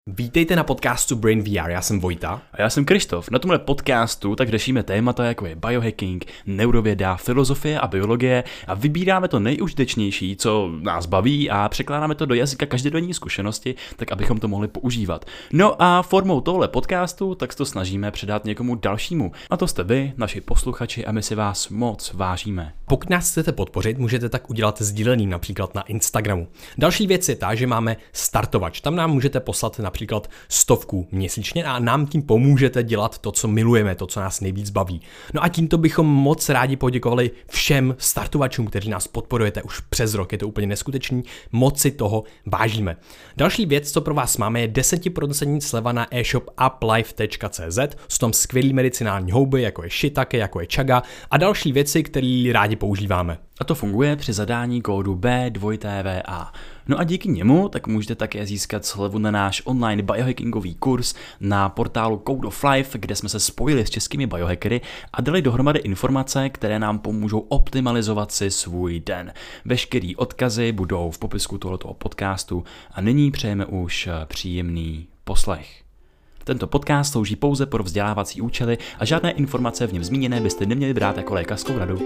Vítejte na podcastu Brain VR, já jsem Vojta. A já jsem Krištof. Na tomhle podcastu tak řešíme témata jako je biohacking, neurověda, filozofie a biologie a vybíráme to nejužitečnější, co nás baví a překládáme to do jazyka každodenní zkušenosti, tak abychom to mohli používat. No a formou tohle podcastu tak to snažíme předat někomu dalšímu. A to jste vy, naši posluchači, a my si vás moc vážíme. Pokud nás chcete podpořit, můžete tak udělat sdílením například na Instagramu. Další věc je ta, že máme startovač. Tam nám můžete poslat například 100 měsíčně a nám tím pomůžete dělat to, co milujeme, to, co nás nejvíc baví. No a tímto bychom moc rádi poděkovali všem startovačům, kteří nás podporujete už přes rok. Je to úplně neskutečný, moc si toho vážíme. Další věc, co pro vás máme, je 10% sleva na e-shop uplife.cz. Jsou tam skvělý medicinální houby, jako je shiitake, jako je chaga a další věci, které rádi používáme. A to funguje při zadání kódu B2TVA. No a díky němu tak můžete také získat slevu na náš online biohackingový kurz na portálu Code of Life, kde jsme se spojili s českými biohackery a dali dohromady informace, které nám pomůžou optimalizovat si svůj den. Veškerý odkazy budou v popisku tohoto podcastu a nyní přejeme už příjemný poslech. Tento podcast slouží pouze pro vzdělávací účely a žádné informace v něm zmíněné byste neměli brát jako lékařskou radu.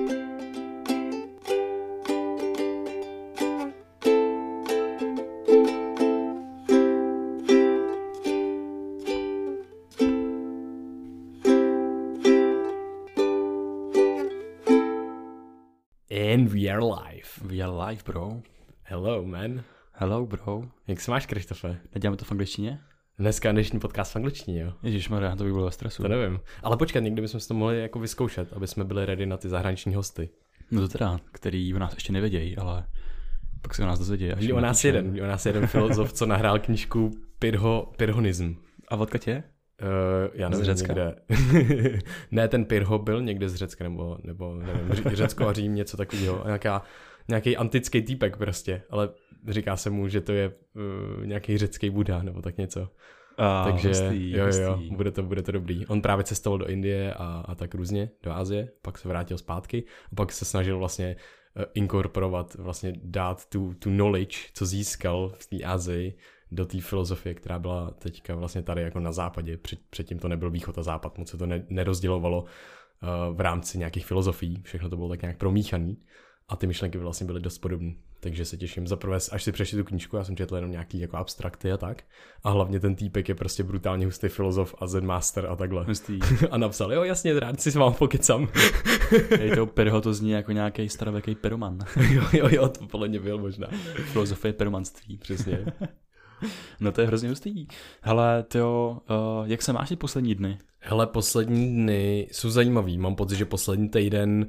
And we are live. We are live, bro. Hello, man. Hello, bro. Jak se máš, Krištofe? Neděláme to v angličtině? Dneska dnešní podcast v angličtině, jo? Ježišmarja, to by bylo ve stresu. To nevím. Ale počkat, někdy bychom si to mohli jako vyzkoušet, aby jsme byli ready na ty zahraniční hosty. No to teda, který o nás ještě nevědějí, ale pak se o nás dozvědějí. O nás jeden filozof, co nahrál knížku Pyrrhonism. A odkud je? Já nevím, z Řecka? někde. Ne, ten Pyrrho byl někde z Řecka, nebo nevím, Řecko a Řím, něco takového. Nějaký antický týpek prostě, ale říká se mu, že to je nějaký řecký Buddha, nebo tak něco. Takže hustý. Jo, bude to dobrý. On právě cestoval do Indie a tak různě, do Asie, pak se vrátil zpátky a pak se snažil vlastně inkorporovat, vlastně dát tu knowledge, co získal v té Asii, do té filozofie, která byla teďka vlastně tady jako na západě. Předtím to nebyl východ a západ, moc se to nerozdělovalo v rámci nějakých filozofií, všechno to bylo tak nějak promíchaný a ty myšlenky vlastně byly dost podobné. Takže se těším zaprvé, až si přečtu tu knížku, já jsem četl jenom nějaký jako abstrakty a tak. A hlavně ten týpek je prostě brutálně hustý filozof a zen master a takhle. Hustý. A napsal, jo jasně, rád si s vám pokecám. To Pyrrho to zní jako nějaký starověký pyroman. jo, to podle mě byl možná. Filozofie pyromanství. Přesně. No to je hrozně hustý. Hele, tyjo, jak se máš ty poslední dny? Hele, poslední dny jsou zajímavý. Mám pocit, že poslední týden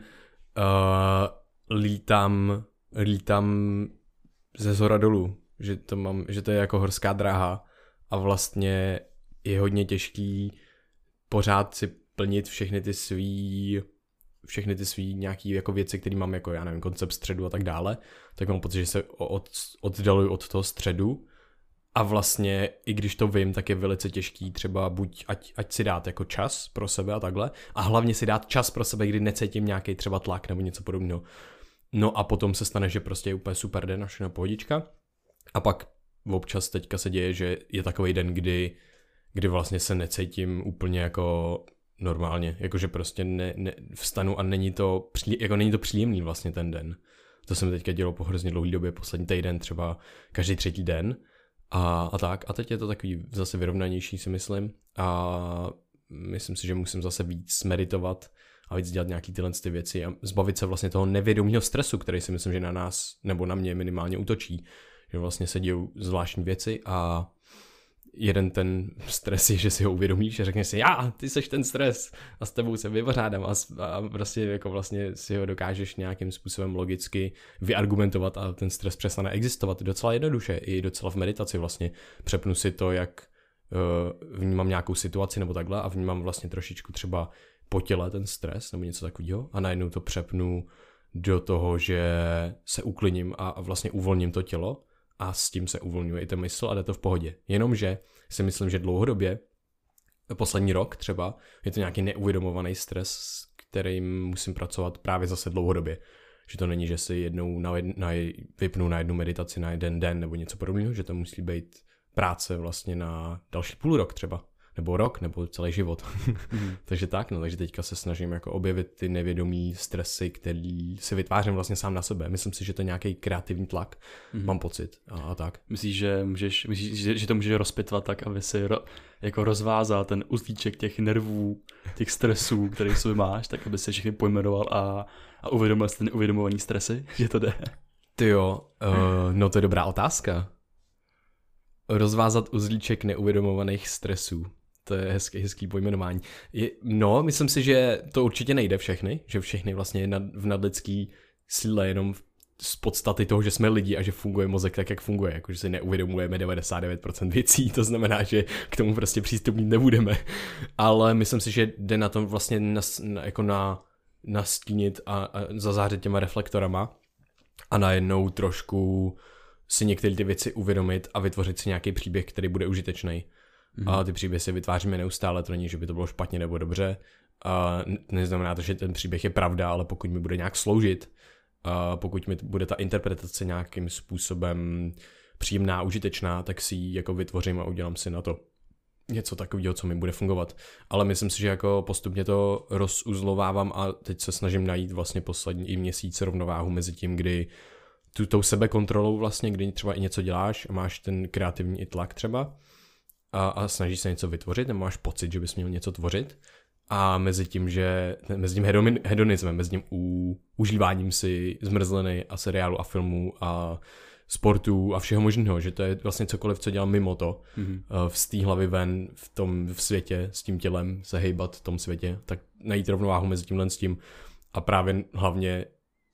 lítám ze zhora dolů. Že to je jako horská dráha a vlastně je hodně těžký pořád si plnit všechny ty svý nějaký jako věci, které mám jako, já nevím, koncept středu a tak dále. Tak mám pocit, že se oddaluju od toho středu. A vlastně, i když to vím, tak je velice těžký třeba buď ať si dát jako čas pro sebe a takhle, a hlavně si dát čas pro sebe, kdy necítím nějaký třeba tlak nebo něco podobného. No a potom se stane, že prostě je úplně super den a všechno pohodička. A pak občas teďka se děje, že je takový den, kdy vlastně se necítím úplně jako normálně. Jakože prostě vstanu a není to příjemný vlastně ten den. To jsem teďka dělal po hrozně dlouhý době, poslední týden třeba každý třetí den. A tak. A teď je to takový zase vyrovnanější, si myslím. A myslím si, že musím zase víc meditovat a víc dělat nějaký tyhle ty věci a zbavit se vlastně toho nevědomého stresu, který si myslím, že na nás nebo na mě minimálně útočí. Že vlastně se dějou zvláštní věci a jeden ten stres je, že si ho uvědomíš a řekneš si, ty seš ten stres a s tebou se vypořádám a prostě jako vlastně si ho dokážeš nějakým způsobem logicky vyargumentovat a ten stres přestane existovat docela jednoduše, i docela v meditaci vlastně přepnu si to, jak vnímám nějakou situaci nebo takhle a vnímám vlastně trošičku třeba po těle ten stres nebo něco takového a najednou to přepnu do toho, že se uklidním a vlastně uvolním to tělo a s tím se uvolňuje i ten mysl a jde to v pohodě. Jenomže si myslím, že dlouhodobě, poslední rok třeba, je to nějaký neuvědomovaný stres, s kterým musím pracovat právě zase dlouhodobě. Že to není, že si jednou vypnu na jednu meditaci na jeden den nebo něco podobného, že to musí být práce vlastně na další půl rok třeba, nebo rok, nebo celý život. Takže tak, no, takže teďka se snažím jako objevit ty nevědomí stresy, který si vytvářím vlastně sám na sebe. Myslím si, že to je nějaký kreativní tlak, mám pocit a tak. Myslíš, že to můžeš rozpitvat tak, aby si jako rozvázal ten uzlíček těch nervů, těch stresů, který v sobě máš, tak aby si všechny pojmenoval a uvědomil si ty neuvědomovaný stresy, že to jde? Tyjo, no to je dobrá otázka. Rozvázat uzlíček neuvědomovaných stresů. To je hezký pojmenování. No, myslím si, že to určitě nejde všechny, že všechny vlastně je v nadlidský síle jenom z podstaty toho, že jsme lidi a že funguje mozek tak, jak funguje, jakože si neuvědomujeme 99% věcí, to znamená, že k tomu prostě přístup mít nebudeme. Ale myslím si, že jde na tom vlastně nastínit a zazářit těma reflektorama a najednou trošku si některé ty věci uvědomit a vytvořit si nějaký příběh, který bude užitečný. A ty příběhy si vytváříme neustále, to není, že by to bylo špatně nebo dobře. A neznamená to, že ten příběh je pravda, ale pokud mi bude nějak sloužit, a pokud mi bude ta interpretace nějakým způsobem příjemná, užitečná, tak si ji jako vytvořím a udělám si na to něco takového, co mi bude fungovat. Ale myslím si, že jako postupně to rozuzlovávám a teď se snažím najít vlastně poslední měsíc rovnováhu mezi tím, kdy tou sebekontrolou vlastně, kdy třeba i něco děláš a máš ten kreativní i tlak třeba a snažíš se něco vytvořit, nebo máš pocit, že bys měl něco tvořit a mezi tím hedonismem, mezi tím užíváním si zmrzliny a seriálu a filmů a sportu a všeho možného, že to je vlastně cokoliv, co dělám mimo to, z té hlavy ven, v světě, s tím tělem se hejbat v tom světě, tak najít rovnováhu mezi tímhle s tím a právě hlavně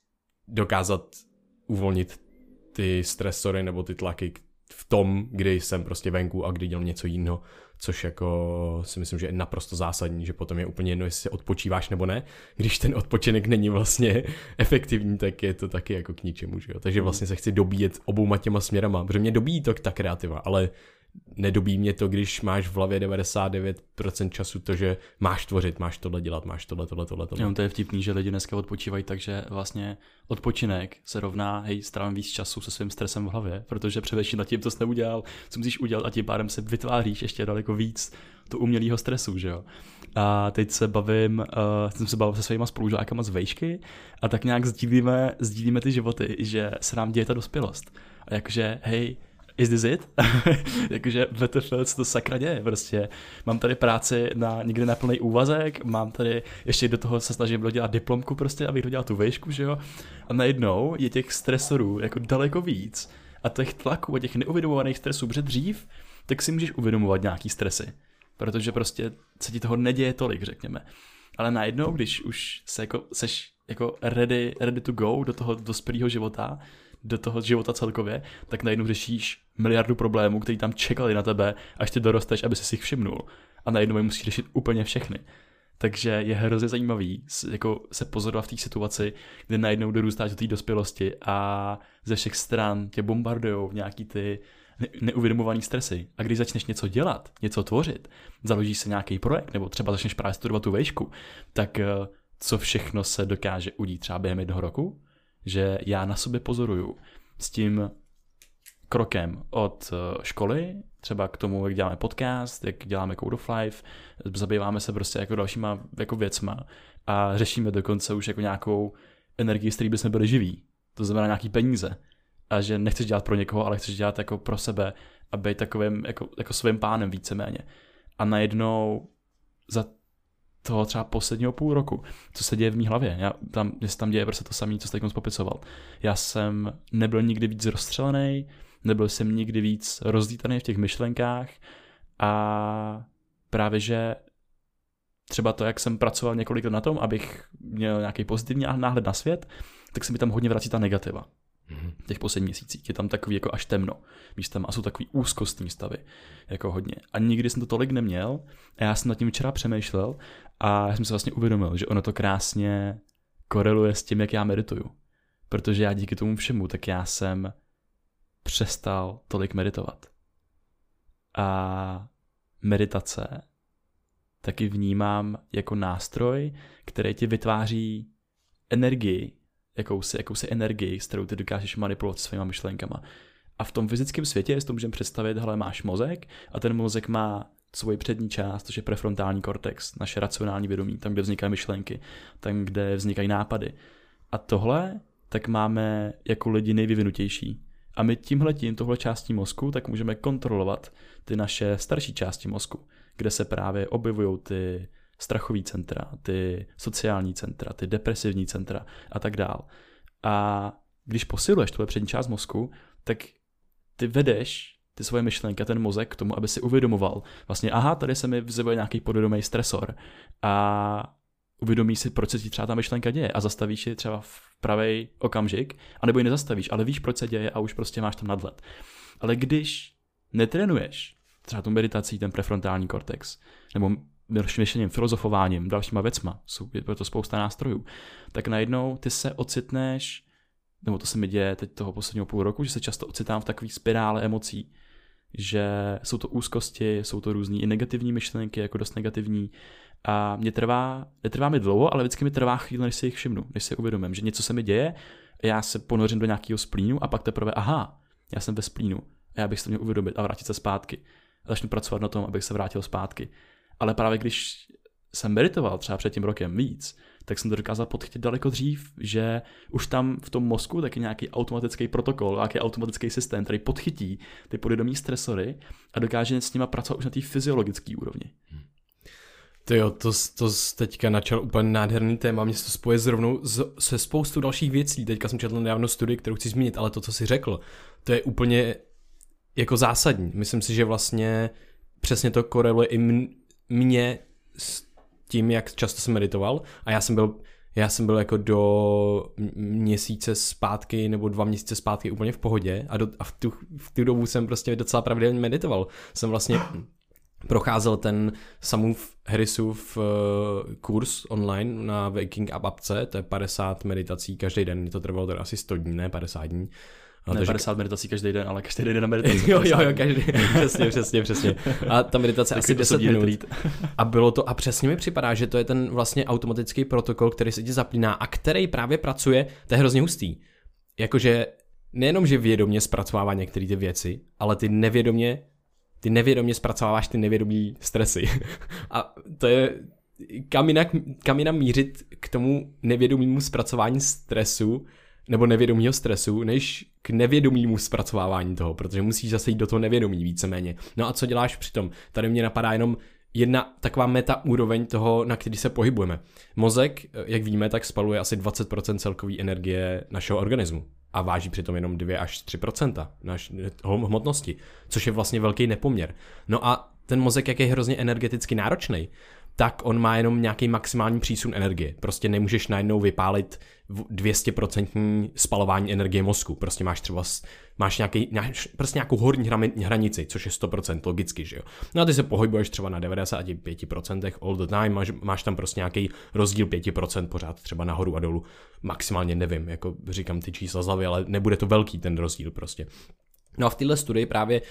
dokázat uvolnit ty stresory nebo ty tlaky v tom, kdy jsem prostě venku a kdy dělám něco jiného, což jako si myslím, že je naprosto zásadní, že potom je úplně jedno, jestli odpočíváš nebo ne. Když ten odpočinek není vlastně efektivní, tak je to taky jako k ničemu, že jo. Takže vlastně se chci dobíjet obouma těma směrama, protože mě dobíjí to ta kreativa, ale nedobíjí mě to, když máš v hlavě 99% času to, že máš tvořit, máš tohle dělat, máš tohle. No, to je vtipný, že lidi dneska odpočívají, takže vlastně odpočinek se rovná, strávím víc času se svým stresem v hlavě, protože především nad tím, co jsi neudělal, co musíš udělat a tím pádem se vytváříš ještě daleko víc to umělého stresu, že jo. A teď jsem se bavil se svýma spolužákama z vejšky a tak nějak sdílíme ty životy, že se nám děje ta dospělost. A jakože, is this it? Jakože WTF, co to sakra děje, prostě. Mám tady práci někde na plný úvazek, mám tady, ještě do toho se snažím dodělat diplomku prostě, abych dodělal tu vejšku, že jo. A najednou je těch stresorů jako daleko víc a těch tlaků a těch neuvědomovaných stresů, protože dřív, tak si můžeš uvědomovat nějaký stresy, protože prostě se ti toho neděje tolik, řekněme. Ale najednou, když už seš jako ready to go do toho dospělého života, do toho života celkově, tak najednou řešíš miliardu problémů, který tam čekali na tebe, až ty dorosteš, aby si jich všimnul. A najednou je musíš řešit úplně všechny. Takže je hrozně zajímavý jako se pozorovat v té situaci, kdy najednou dorůstáš do té dospělosti a ze všech stran tě bombardujou v nějaký ty neuvědomovaný stresy. A když začneš něco dělat, něco tvořit, založíš se nějaký projekt, nebo třeba začneš právě studovat tu vejšku, tak co všechno se dokáže udít třeba během 1 roku? Že já na sobě pozoruju s tím krokem od školy, třeba k tomu, jak děláme podcast, jak děláme Code of Life, zabýváme se prostě jako dalšíma jako věcma a řešíme dokonce už jako nějakou energii, s který bychom byli živí. To znamená nějaký peníze. A že nechceš dělat pro někoho, ale chceš dělat jako pro sebe a být takovým jako svým pánem víceméně. A najednou za toho třeba posledního půl roku, co se děje v mý hlavě. Mně se tam děje prostě to samé, co jste teď popisoval. Já jsem nebyl nikdy víc rozstřelený, nebyl jsem nikdy víc rozlítaný v těch myšlenkách a právě, že třeba to, jak jsem pracoval několik let na tom, abych měl nějaký pozitivní náhled na svět, tak se mi tam hodně vrací ta negativa. V těch posledních měsících je tam takový jako až temno místem a jsou takový úzkostní stavy, jako hodně. A nikdy jsem to tolik neměl a já jsem nad tím včera přemýšlel a já jsem se vlastně uvědomil, že ono to krásně koreluje s tím, jak já medituju. Protože já díky tomu všemu, tak já jsem přestal tolik meditovat. A meditace taky vnímám jako nástroj, který ti vytváří energii, jakousi energii, s kterou ty dokážeš manipulovat svýma myšlenkama. A v tom fyzickém světě si to můžeme představit, hele, máš mozek a ten mozek má svoji přední část, což je prefrontální kortex, naše racionální vědomí, tam, kde vznikají myšlenky, tam, kde vznikají nápady. A tohle tak máme jako lidi nejvyvinutější. A my tohle částí mozku, tak můžeme kontrolovat ty naše starší části mozku, kde se právě objevují ty strachové centra, ty sociální centra, ty depresivní centra a tak dál. A když posiluješ tuhle přední část mozku, tak ty vedeš ty svoje myšlenky a ten mozek k tomu, aby si uvědomoval vlastně, aha, tady se mi vzivuje nějaký podvědomý stresor a uvědomíš si, proč se ti třeba ta myšlenka děje a zastavíš ji třeba v pravý okamžik, anebo ji nezastavíš, ale víš, proč se děje a už prostě máš tam nadhled. Ale když netrénuješ třeba tu meditací, ten prefrontální kortex, nebo myšlením, filozofováním, dalšíma věcma, je to spousta nástrojů, tak najednou ty se ocitneš, nebo to se mi děje teď toho posledního půl roku, že se často ocitám v takové spirále emocí, že jsou to úzkosti, jsou to různý i negativní myšlenky, jako dost negativní, a netrvá mi dlouho, ale vždycky mi trvá chvíli, než si jich všimnu, než si uvědomím, že něco se mi děje, já se ponořím do nějakého splínu a pak teprve, aha, já jsem ve splínu a já bych se to měl uvědomit a vrátit se zpátky. A začnu pracovat na tom, abych se vrátil zpátky. Ale právě když jsem meditoval třeba před tím rokem víc, tak jsem to dokázal podchytit daleko dřív, že už tam v tom mozku taky nějaký automatický protokol, nějaký automatický systém, který podchytí ty podvědomí stresory a dokáže s nima pracovat už na té fyziologické úrovni. Tyjo, to teďka načal úplně nádherný téma, mě se to spoje zrovnou se spoustu dalších věcí. Teďka jsem četl nedávno studii, kterou chci zmínit, ale to, co jsi řekl, to je úplně jako zásadní. Myslím si, že vlastně přesně to koreluje i mě s tím, jak často jsem meditoval, a já jsem byl jako do měsíce zpátky nebo 2 měsíce zpátky úplně v pohodě a v tu dobu jsem prostě docela pravidelně meditoval. Jsem vlastně procházel ten Samův Harrisův kurz online na Waking Up apce, to je 50 meditací každý den, mě to trvalo teda asi 100 dní, ne 50 dní. Ne 50 meditací každý den, ale každý den na meditaci. jo, každý, přesně. A ta meditace asi 10 minut. A přesně mi připadá, že to je ten vlastně automatický protokol, který se ti zapíná a který právě pracuje, to je hrozně hustý. Jakože nejenom, že vědomě zpracovává některé ty věci, ale ty nevědomě zpracováváš ty nevědomí stresy. A to je, kam jinam mířit k tomu nevědomému zpracování stresu, nebo nevědomího stresu, než k nevědomému zpracovávání toho, protože musíš zase jít do toho nevědomí víceméně. No a co děláš přitom? Tady mě napadá jenom jedna taková meta úroveň toho, na který se pohybujeme. Mozek, jak víme, tak spaluje asi 20% celkové energie našeho organismu a váží přitom jenom 2 až 3% naší hmotnosti, což je vlastně velký nepoměr. No a ten mozek, jak je hrozně energeticky náročný, tak on má jenom nějaký maximální přísun energie. Prostě nemůžeš najednou vypálit 200% spalování energie mozku. Prostě máš nějakou horní hranici, což je 100% logicky, že jo. No a ty se pohybuješ třeba na 95% all the time, máš tam prostě nějaký rozdíl 5% pořád třeba nahoru a dolů. Maximálně nevím, jako říkám ty čísla z hlavy, ale nebude to velký ten rozdíl prostě. No a v téhle studii právě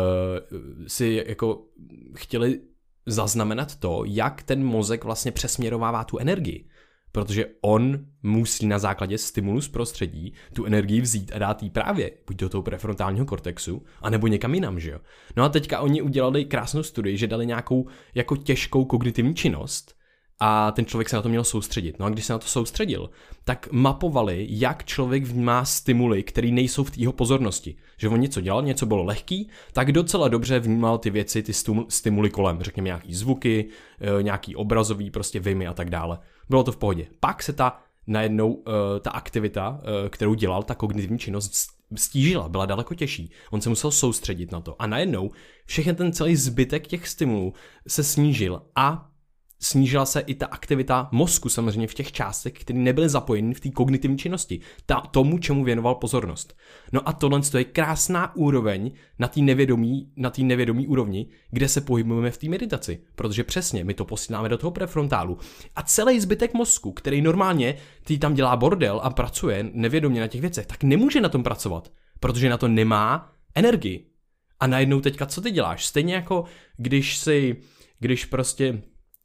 si jako chtěli zaznamenat to, jak ten mozek vlastně přesměrovává tu energii. Protože on musí na základě stimulu z prostředí tu energii vzít a dát jí právě buď do toho prefrontálního kortexu, anebo někam jinam, že jo. No a teďka oni udělali krásnou studii, že dali nějakou jako těžkou kognitivní činnost a ten člověk se na to měl soustředit. No a když se na to soustředil, tak mapovali, jak člověk vnímá stimuly, které nejsou v té jeho pozornosti. Že on něco dělal, něco bylo lehký, tak docela dobře vnímal ty věci, ty stimuly kolem, řekněme nějaký zvuky, nějaký obrazový prostě vimy a tak dále. Bylo to v pohodě. Pak se najednou ta aktivita, kterou dělal, ta kognitivní činnost stížila, byla daleko těžší. On se musel soustředit na to a najednou všechny ten celý zbytek těch stimulů se snížil a snížila se i ta aktivita mozku samozřejmě v těch částech, které nebyly zapojeny v té kognitivní činnosti, tomu, čemu věnoval pozornost. No a tohle je krásná úroveň na té nevědomí úrovni, kde se pohybujeme v té meditaci, protože přesně my to posíláme do toho prefrontálu a celý zbytek mozku, který normálně tam dělá bordel a pracuje nevědomě na těch věcech, tak nemůže na tom pracovat, protože na to nemá energii. A najednou teďka co ty děláš? Stejně jako když prostě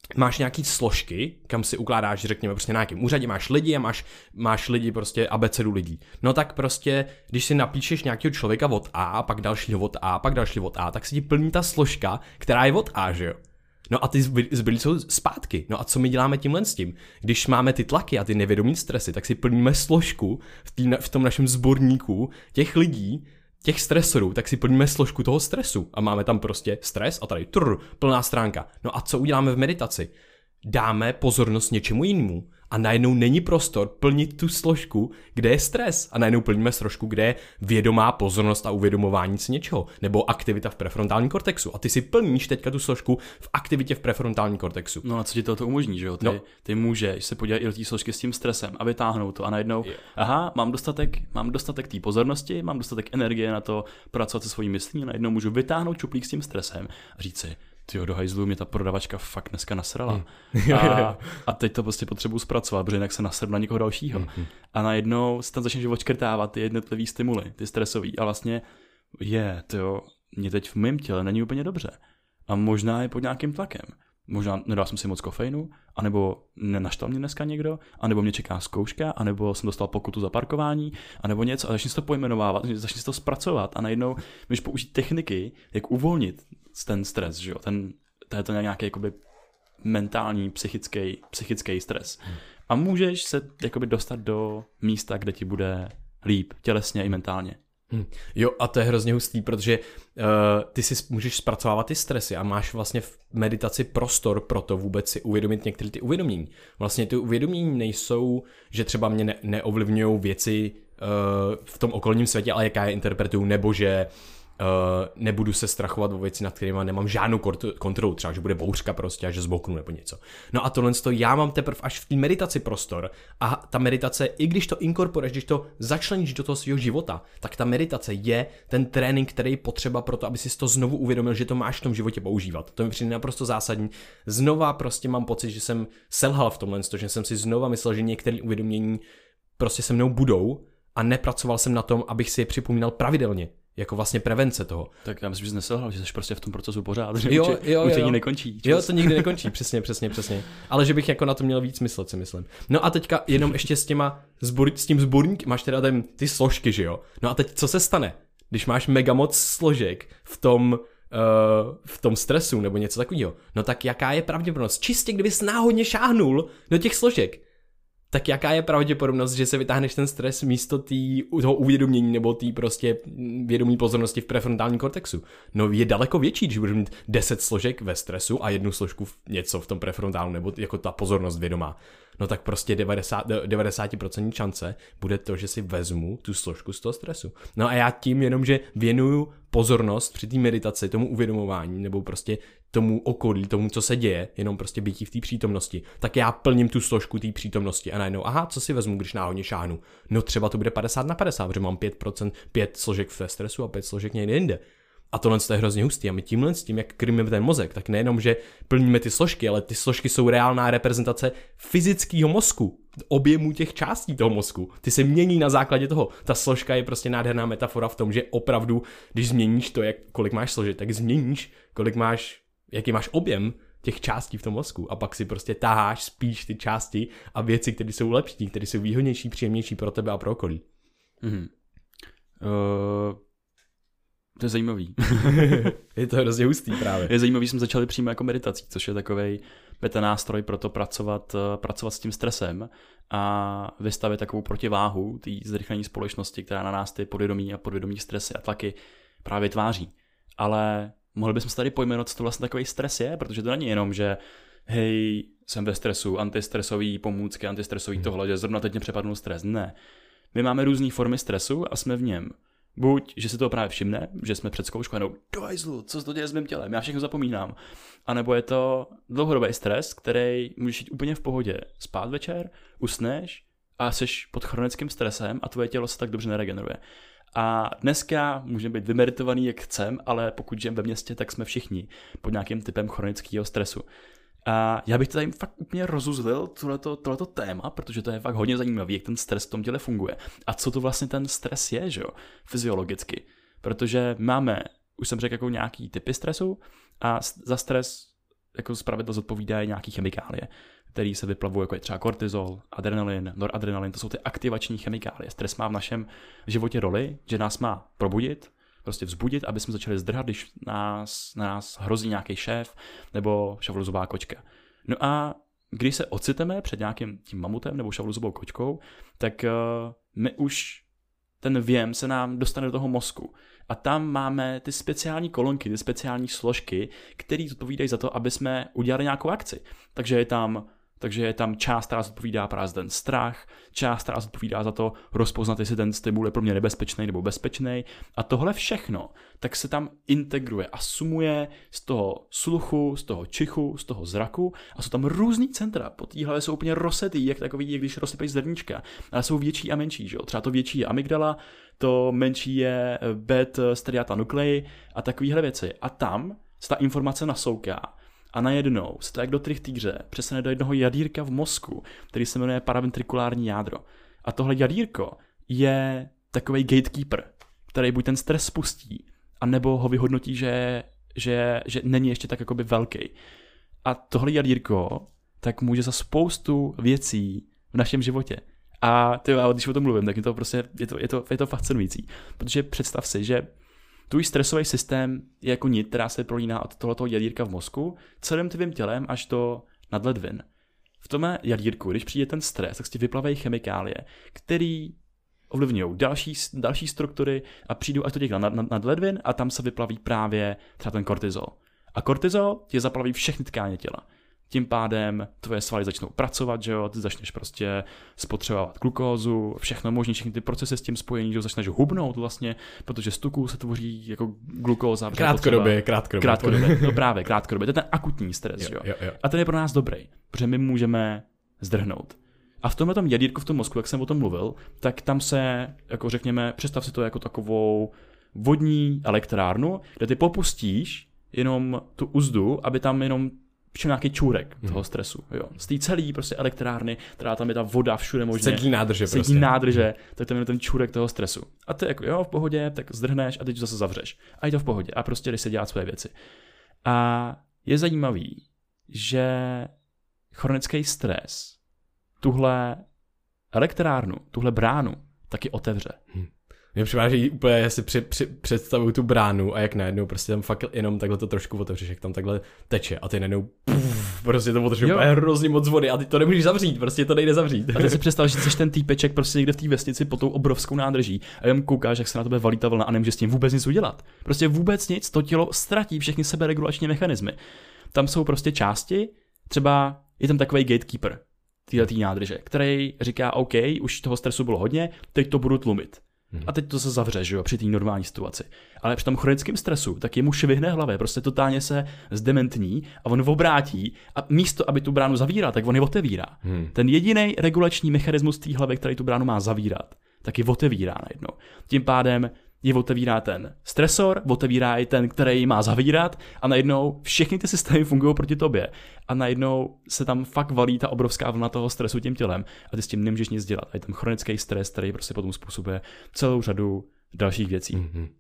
máš nějaký složky, kam si ukládáš, řekněme, prostě na nějakém úřadě máš lidi a máš lidi prostě abecedu lidí. No tak prostě, když si napíšeš nějakého člověka od A, pak dalšího od A, pak dalšího od A, tak si ti plní ta složka, která je od A, že jo? No a ty zbylí jsou zpátky. No a co my děláme tímhle s tím? Když máme ty tlaky a ty nevědomí stresy, tak si plníme složku v tom našem sborníku těch lidí, těch stresorů, tak si plníme složku toho stresu a máme tam prostě stres a tady plná stránka. No a co uděláme v meditaci? Dáme pozornost něčemu jinému a najednou není prostor plnit tu složku, kde je stres a najednou plníme složku, kde je vědomá pozornost a uvědomování si něčeho, nebo aktivita v prefrontálním kortexu a ty si plníš teďka tu složku v aktivitě v prefrontálním kortexu. No a co ti to umožní, že jo? Ty můžeš se podívat i do té složky s tím stresem a vytáhnout to a najednou, aha, mám dostatek té pozornosti, mám dostatek energie na to pracovat se svojí myslí a najednou můžu vytáhnout čuplík s tím stresem a říct si, tyjo, do hajzlu mě ta prodavačka fakt dneska nasrala. A teď to prostě potřebuji zpracovat, protože jinak se nasrnu na někoho dalšího. A najednou se tam začneš odškrtávat ty jednotlivý stimuly, ty stresový. A vlastně mě teď v mém těle není úplně dobře. A možná je pod nějakým tlakem. Možná nedal jsem si moc kofeinu, anebo nenaštval mě dneska někdo, anebo mě čeká zkouška, anebo jsem dostal pokutu za parkování, anebo něco. A začni si to pojmenovávat, začni si to zpracovat a najednou můžeš použít techniky, jak uvolnit ten stres, že jo? To je to nějaký jakoby mentální, psychický stres. A můžeš se jakoby dostat do místa, kde ti bude líp, tělesně i mentálně. Jo, a to je hrozně hustý, protože ty si můžeš zpracovávat ty stresy a máš vlastně v meditaci prostor pro to vůbec si uvědomit některé ty uvědomění. Vlastně ty uvědomění nejsou, že třeba mě neovlivňují věci v tom okolním světě, ale jaká je interpretuju, nebo že nebudu se strachovat o věci, nad kterými nemám žádnou kontrolu, třeba že bude bouřka prostě a že zboknu nebo něco. No a tohle já mám teprve až v té meditaci prostor a ta meditace, i když to inkorporuješ, když to začleníš do toho svého života, tak ta meditace je ten trénink, který je potřeba pro to, aby si to znovu uvědomil, že to máš v tom životě používat. To mi přijde naprosto zásadní. Znova prostě mám pocit, že jsem selhal v tomhle, že jsem si znova myslel, že některé uvědomění prostě se mnou budou a nepracoval jsem na tom, abych si je připomínal pravidelně. Jako vlastně prevence toho. Tak já myslím, že jsi neselhal, že jsi prostě v tom procesu pořád, že učení nekončí. Jo, to nikdy nekončí, přesně. Ale že bych jako na to měl víc myslet, si myslím. No a teďka jenom ještě s tím sborníkem, máš teda ty složky, že jo? No a teď co se stane, když máš mega moc složek v tom stresu nebo něco takového? No tak jaká je pravděpodobnost? Čistě kdybys náhodně šáhnul do těch složek, tak jaká je pravděpodobnost, že se vytáhneš ten stres místo toho uvědomění nebo té prostě vědomí pozornosti v prefrontálním kortexu? No je daleko větší, když budeš mít 10 složek ve stresu a jednu složku něco v tom prefrontálnu nebo jako ta pozornost vědomá. No tak prostě 90% šance bude to, že si vezmu tu složku z toho stresu. No a já tím jenom, že věnuju pozornost při té meditaci, tomu uvědomování nebo prostě tomu okolí, tomu, co se děje, jenom prostě bytí v té přítomnosti, tak já plním tu složku té přítomnosti a najednou, aha, co si vezmu, když náhodně šáhnu? No třeba to bude 50/50, protože mám 5 složek ve stresu a 5 složek někde jinde. A tohle je hrozně hustý. A my tímhle s tím, jak krmíme ten mozek, tak nejenom, že plníme ty složky, ale ty složky jsou reálná reprezentace fyzického mozku, objemu těch částí toho mozku. Ty se mění na základě toho. Ta složka je prostě nádherná metafora v tom, že opravdu, když změníš to, kolik máš složek, tak změníš, jaký máš objem těch částí v tom mozku. A pak si prostě taháš spíš ty části a věci, které jsou lepší, které jsou výhodnější, příjemnější pro tebe a pro okolí. To je zajímavý. Je to hrozně hustý právě. Je zajímavý, jsme začali přímo jako meditací, což je takovej beta nástroj pro to pracovat s tím stresem a vystavit takovou protiváhu té zrychlení společnosti, která na nás ty podvědomí a podvědomí stresy a tlaky právě tváří. Ale mohli bychom se tady pojmenovat, co to vlastně takový stres je, protože to není jenom, že hej, jsem ve stresu, antistresový pomůcky, antistresový tohle, že zrovna teď mě přepadnul stres. Ne. My máme různé formy stresu a jsme v něm. Buď, že si to právě všimne, že jsme před zkouškou a jenom do hajzlu, co se to děje s mým tělem, já všechno zapomínám. A nebo je to dlouhodobý stres, který můžeš jít úplně v pohodě spát večer, usneš a jsi pod chronickým stresem a tvoje tělo se tak dobře neregeneruje. A dneska můžeme být vymeritovaný jak chcem, ale pokud žijeme ve městě, tak jsme všichni pod nějakým typem chronického stresu. A já bych to tady fakt úplně rozuzlil tohleto téma, protože to je fakt hodně zajímavé, jak ten stres v tom těle funguje. A co to vlastně ten stres je, že jo, fyziologicky. Protože máme, už jsem řekl, jako nějaký typy stresu a za stres jako zpravidla zodpovídají nějaký chemikálie, které se vyplavují, jako je třeba kortizol, adrenalin, noradrenalin, to jsou ty aktivační chemikálie. Stres má v našem životě roli, že nás má probudit, prostě vzbudit, aby jsme začali zdrhat, když na nás hrozí nějaký šéf nebo šavlozová kočka. No a když se ociteme před nějakým tím mamutem nebo šavlozovou kočkou, tak my už ten věm se nám dostane do toho mozku. A tam máme ty speciální kolonky, ty speciální složky, které zodpovídají za to, aby jsme udělali nějakou akci. Takže je tam část, která zodpovídá právě za ten strach, část, která zodpovídá za to rozpoznat, jestli ten stimul je pro mě nebezpečný nebo bezpečný. A tohle všechno tak se tam integruje a sumuje z toho sluchu, z toho čichu, z toho zraku a jsou tam různý centra. Po té hlavě jsou úplně rozsetý, jak takový, jak když rozsypeš zrníčka. Ale jsou větší a menší. Že? Třeba to větší je amygdala, to menší je beta striata nuclei a takovéhle věci. A tam se ta informace nasouká. A najednou se to jak do trichtýře přesune do jednoho jadírka v mozku, který se jmenuje paraventrikulární jádro. A tohle jadírko je takovej gatekeeper, který buď ten stres spustí, anebo ho vyhodnotí, že není ještě tak jakoby velký. A tohle jadírko tak může za spoustu věcí v našem životě. A když o tom mluvím, tak je to prostě je to fascinující. Protože představ si, že tvůj stresový systém je jako nit, která se prolíná od tohoto jadírka v mozku celým tvým tělem až do nadledvin. V tomhle jadírku, když přijde ten stres, tak si vyplavejí chemikálie, který ovlivňují další struktury a přijdou až do těch nadledvin a tam se vyplaví právě třeba ten kortizol. A kortizol tě zaplaví všechny tkáně těla. Tím pádem tvoje svaly začnou pracovat, že jo, ty začneš prostě spotřebovat glukózu, všechno možné, všechny ty procesy s tím spojení, že jo, začneš hubnout vlastně, protože z tuků se tvoří jako glukóza. Krátkodobě. No právě, krátkodobě. To je ten akutní stres, jo. A ten je pro nás dobrý, protože my můžeme zdrhnout. A v tomhletom jadírku v tom mozku, jak jsem o tom mluvil, tak tam se, jako řekněme, představ si to jako takovou vodní elektrárnu, kde ty popustíš jenom tu uzdu, aby tam jenom přišel nějaký čůrek toho stresu. Jo. Z té celé prostě elektrárny, která tam je ta voda všude možně. Sedí nádrže, tak tam je ten čůrek toho stresu. A ty jako jo, v pohodě, tak zdrhneš a teď zase zavřeš. A je to v pohodě. A prostě jdeš se dělat své věci. A je zajímavý, že chronický stres tuhle elektrárnu, tuhle bránu taky otevře. Mě přiváží úplně, já si představuju tu bránu a jak najednou prostě tam fakt jenom takhle to trošku otevřeš, jak tam takhle teče a ty najednou prostě to otevřeš úplně hrozně moc vody a ty to nemůžeš zavřít, prostě to nejde zavřít. A ty si představ, že jsi ten týpeček prostě někde v té vesnici pod tou obrovskou nádrží a jenom koukáš, jak se na tebe valí ta vlna a nemůžeš s tím vůbec nic udělat. Prostě vůbec nic, to tělo ztratí všechny seberegulační mechanismy. Tam jsou prostě části, třeba je tam takovej gatekeeper této nádrže, který říká OK, už toho stresu bylo hodně, teď to budu tlumit. A teď to se zavře, že jo, při té normální situaci. Ale při tom chronickém stresu, tak jemu švihne hlavě, prostě totálně se zdementní a on obrátí a místo, aby tu bránu zavíral, tak on ji otevírá. Ten jediný regulační mechanismus té hlavy, který tu bránu má zavírat, tak ji otevírá najednou. Tím pádem ji otevírá ten stresor, otevírá i ten, který má zavírat a najednou všechny ty systémy fungují proti tobě. A najednou se tam fakt valí ta obrovská vlna toho stresu tím tělem a ty s tím nemůžeš nic dělat. A je tam chronický stres, který prostě potom způsobuje celou řadu dalších věcí.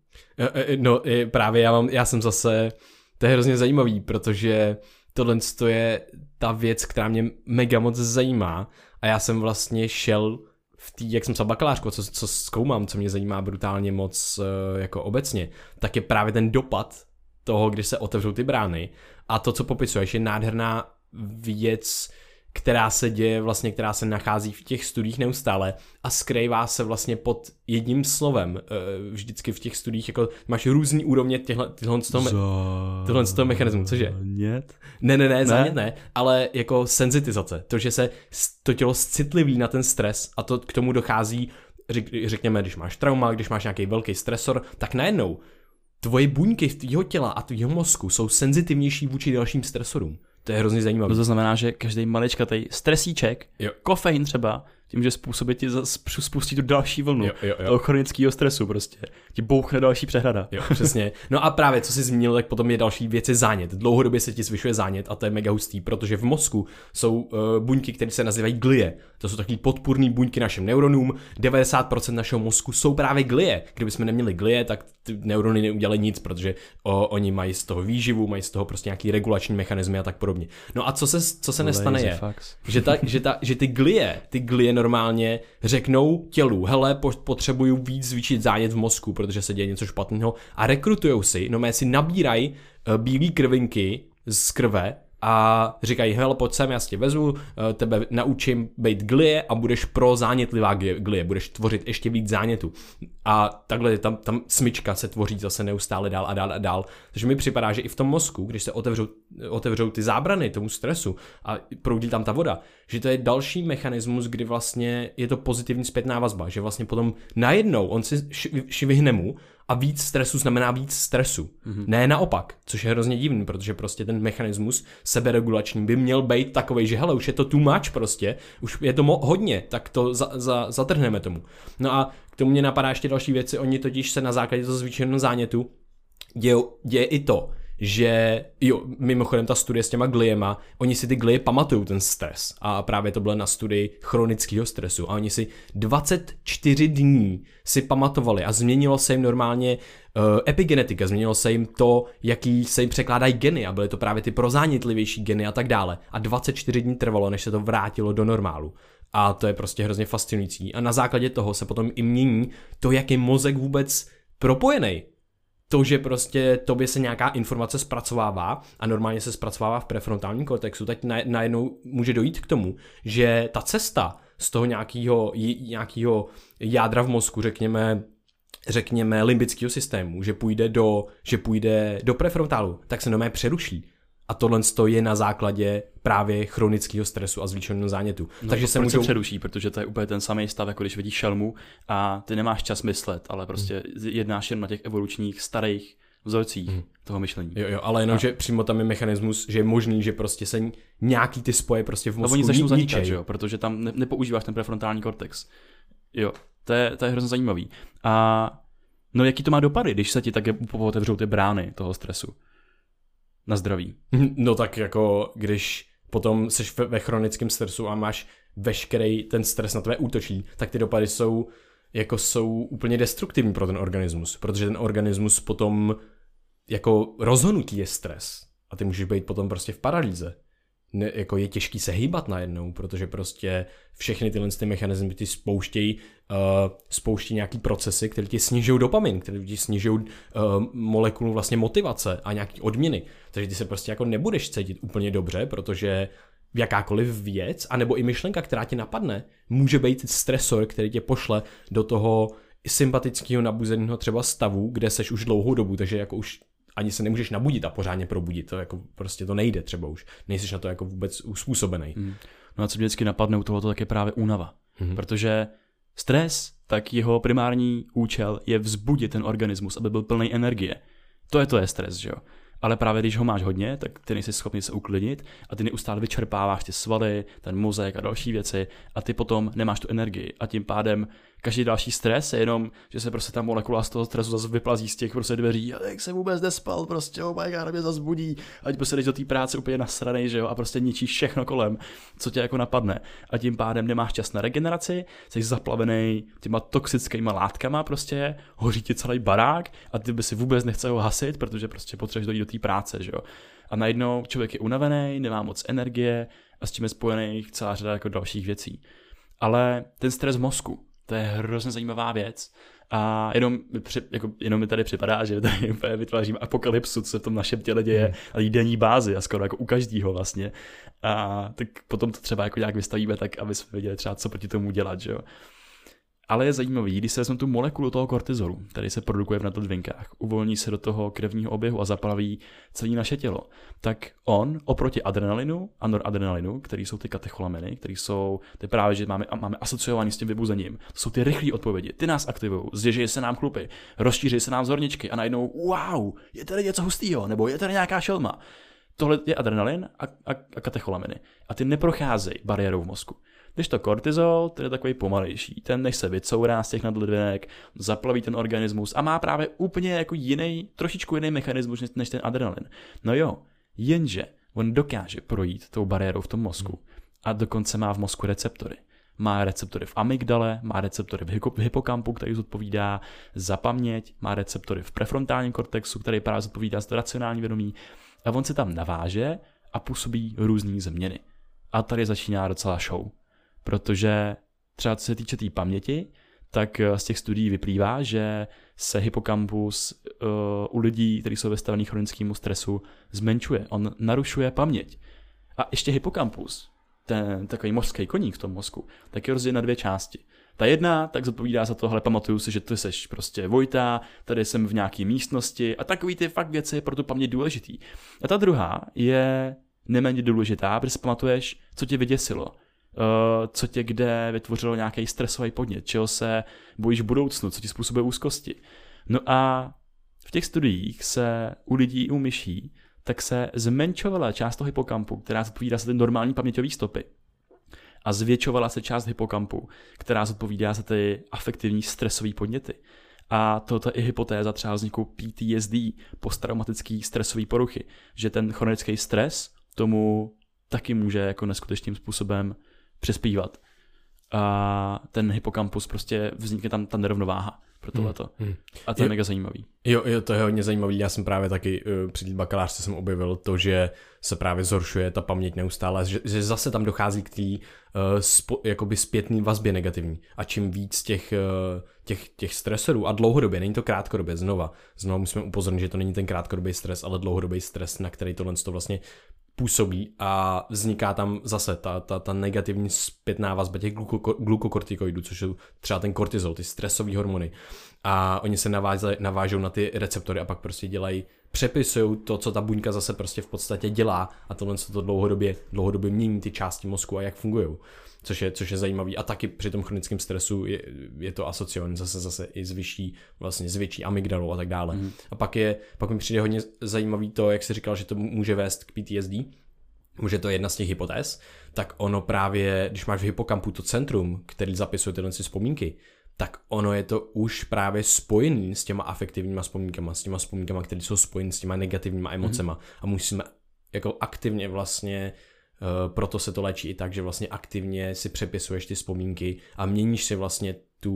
No právě já jsem zase, to je hrozně zajímavý, protože tohle je ta věc, která mě mega moc zajímá a já jsem vlastně šel jak jsem psal bakalářku, co zkoumám, co mě zajímá brutálně moc jako obecně, tak je právě ten dopad toho, když se otevřou ty brány a to, co popisuješ, je nádherná věc, která se děje vlastně, která se nachází v těch studiích neustále a skrývá se vlastně pod jedním slovem. Vždycky v těch studiích jako máš různý úrovně tohle z toho mechanismu, cože? Zánět ne, ale jako senzitizace, to, že se to tělo citliví na ten stres a to k tomu dochází, řekněme, když máš trauma, když máš nějaký velký stresor, tak najednou tvoje buňky v tvýho těla a tvýho mozku jsou senzitivnější vůči dalším stresorům. To je hrozně zajímavé. To znamená, že každý maličkatej stresíček, kofein třeba, tím, že způsobit ti spustí tu další vlnu jo. toho chronického stresu prostě. Ti bouchne další přehrada. Jo, přesně. No a právě, co jsi zmínil, tak potom je další věc je zánět. Dlouhodobě se ti zvyšuje zánět a to je mega hustý, protože v mozku jsou buňky, které se nazývají glie. To jsou takový podpůrný buňky našim neuronům. 90% našeho mozku jsou právě glie. Kdybychom neměli glie, tak ty neurony neudělají nic, protože oni mají z toho výživu, mají z toho prostě nějaký regulační mechanismy a tak podobně. No a co se nestane je, že ty glie normálně řeknou tělu, hele, potřebuju víc zvýšit zánět v mozku, protože se děje něco špatného a rekrutujou si, si nabírají bílé krvinky z krve a říkají, hele, pojď sem, já si tě vezmu, tebe naučím být glie a budeš prozánětlivá glie, budeš tvořit ještě víc zánětu. A takhle tam smyčka se tvoří zase neustále dál a dál a dál. Takže mi připadá, že i v tom mozku, když se otevřou ty zábrany tomu stresu a proudí tam ta voda, že to je další mechanismus, kdy vlastně je to pozitivní zpětná vazba, že vlastně potom najednou on si švihne mu a víc stresu znamená víc stresu. Ne naopak, což je hrozně divný, protože prostě ten mechanismus seberegulační by měl být takovej, že hele, už je to too much prostě, už je to hodně, tak to zatrhneme tomu. No a k tomu mě napadá ještě další věci, oni totiž se na základě toho zvýšeného zánětu děje i to, že jo, mimochodem ta studie s těma gliema, oni si ty glie pamatují ten stres a právě to bylo na studii chronického stresu a oni si 24 dní si pamatovali a změnilo se jim normálně epigenetika, změnilo se jim to, jaký se jim překládají geny a byly to právě ty prozánětlivější geny a tak dále a 24 dní trvalo, než se to vrátilo do normálu. A to je prostě hrozně fascinující a na základě toho se potom i mění to, jak je mozek vůbec propojený. To, že prostě tobě se nějaká informace zpracovává a normálně se zpracovává v prefrontálním kortexu, tak najednou může dojít k tomu, že ta cesta z toho nějakého jádra v mozku, řekněme limbického systému, že půjde do prefrontálu, tak se normálně přeruší. A tohle je na základě právě chronického stresu a zvýšeného zánětu. No, takže se přeruší, protože to je úplně ten samý stav, jako když vidíš šelmu a ty nemáš čas myslet, ale prostě jednáš jen na těch evolučních starých vzorcích toho myšlení. Jo, ale jenom, že přímo tam je mechanismus, že je možný, že prostě se nějaký ty spoje prostě v mozku oni začnou zanikat, jo, protože tam nepoužíváš ten prefrontální kortex. Jo, to je hrozně zajímavý. A no jaký to má dopady, když se ti také otevřou ty brány toho stresu na zdraví? No tak jako, když potom seš ve chronickém stresu a máš veškerý ten stres na tvé útočí, tak ty dopady jsou úplně destruktivní pro ten organismus, protože ten organismus potom jako rozhodnutí je stres a ty můžeš být potom prostě v paralýze. Jako je těžký se hýbat najednou, protože prostě všechny tyhle mechanismy ty spouštějí nějaký procesy, které ti snižují dopamin, které ti snižují molekulu vlastně motivace a nějaký odměny. Takže ty se prostě jako nebudeš cítit úplně dobře, protože jakákoliv věc, anebo i myšlenka, která ti napadne, může být stresor, který tě pošle do toho sympatického nabuzeného třeba stavu, kde seš už dlouhou dobu, takže jako už ani se nemůžeš nabudit a pořádně probudit, to jako prostě to nejde třeba už, nejsiš na to jako vůbec uspůsobený. No a co mě vždycky napadne u tohoto, tak je právě únava, protože stres, tak jeho primární účel je vzbudit ten organismus, aby byl plný energie. To je stres, že jo? Ale právě když ho máš hodně, tak ty nejsi schopný se uklidnit a ty neustále vyčerpáváš ty svaly, ten mozek a další věci a ty potom nemáš tu energii a tím pádem každý další stres je jenom, že se prostě ta molekula z toho stresu zase vyplazí z těch prostě dveří a jak se vůbec nespal, prostě oh my god, mě zase budí, ať prostě jdeš do té práce úplně nasranej, že jo, a prostě ničíš všechno kolem, co tě jako napadne a tím pádem nemáš čas na regeneraci, jsi zaplavený těma toxickýma látkama prostě, hoří ti celý barák a ty by si vůbec nechce ho hasit, protože prostě potřebuješ dojít do té práce, že jo. A najednou člověk je unavený, nemá moc energie a s tím je spojených celá řada jako dalších věcí. Ale ten stres mozku, to je hrozně zajímavá věc a jenom mi tady připadá, že tady vytvářím apokalypsu, co se v tom našem těle děje na denní bázi a skoro jako u každého vlastně. A tak potom to třeba jako nějak vystavíme tak, aby jsme věděli třeba, co proti tomu dělat, že jo. Ale je zajímavý, když se vezme tu molekulu toho kortizolu, který se produkuje v nadledvinkách, uvolní se do toho krevního oběhu a zaplaví celé naše tělo, tak on oproti adrenalinu a noradrenalinu, který jsou ty katecholaminy, který jsou ty právě, že máme asociovaný s tím vybuzením, to jsou ty rychlé odpovědi, ty nás aktivují, zděží se nám chlupy, rozšíří se nám zorničky a najednou wow, je tady něco hustýho, nebo je tady nějaká šelma. Tohle je adrenalin a katecholaminy a ty neprocházejí bariérou v mozku. Když to kortizol, ten je takový pomalejší. Ten než se vycourá z těch nadledvinek, zaplaví ten organismus a má právě úplně jako trošičku jiný mechanismus než ten adrenalin. No jo, jenže on dokáže projít tou bariérou v tom mozku a dokonce má v mozku receptory. Má receptory v amygdale, má receptory v hypokampu, který zodpovídá za paměť, má receptory v prefrontálním kortexu, který právě zodpovídá za racionální vědomí. A on se tam naváže a působí různý změny. A tady začíná docela show. Protože třeba co se týče té paměti, tak z těch studií vyplývá, že se hypokampus u lidí, kteří jsou vystavení chronickému stresu, zmenšuje. On narušuje paměť. A ještě hypokampus, ten takový mořský koník v tom mozku, tak je rozdělen na 2 části. Ta jedna tak zodpovídá za to, hele, pamatuju si, že ty seš prostě Vojta, tady jsem v nějaké místnosti a takový ty fakt věci je pro tu paměť důležitý. A ta druhá je neméně důležitá, protože si pamatuješ, co tě vyděsilo, co tě kde vytvořilo nějaký stresový podnět, čeho se bojíš v budoucnu, co ti způsobuje úzkosti. No a v těch studiích se u lidí i u myší tak se zmenšovala část toho hypokampu, která zodpovídá za ty normální paměťové stopy. A zvětšovala se část hypokampu, která zodpovídá za ty afektivní stresové podněty. A toto je i hypotéza třeba vzniku PTSD, posttraumatický stresový poruchy, že ten chronický stres tomu taky může jako neskutečným způsobem přispívat. A ten hypokampus prostě vznikne tam ta nerovnováha pro tohleto. A to je mega zajímavý. Jo, to je hodně zajímavý. Já jsem právě taky při té bakalářce jsem objevil to, že se právě zhoršuje ta paměť neustále, že zase tam dochází k té jakoby zpětné vazbě negativní. A čím víc těch stresorů a dlouhodobě, není to krátkodobě, znova musíme upozornit, že to není ten krátkodobý stres, ale dlouhodobý stres, na který tohle to vlastně působí a vzniká tam zase ta negativní zpětná vazba těch glukokortikoidů, což je třeba ten kortizol, ty stresové hormony. A oni se navážou na ty receptory a pak prostě přepisují to, co ta buňka zase prostě v podstatě dělá a tohle se to dlouhodobě mění ty části mozku a jak fungují. Což je zajímavý. A taky při tom chronickém stresu je to asociované zase i s větší amygdalou a tak dále. A pak mi přijde hodně zajímavý to, jak jsi říkal, že to může vést k PTSD, může to jedna z těch hypotéz, tak ono právě, když máš v hypokampu to centrum, který zapisuje tyhle vzpomínky, tak ono je to už právě spojený s těma afektivníma vzpomínkama, které jsou spojené s těma negativníma emocema. A musíme jako aktivně vlastně, proto se to léčí i tak, že vlastně aktivně si přepisuješ ty vzpomínky a měníš si vlastně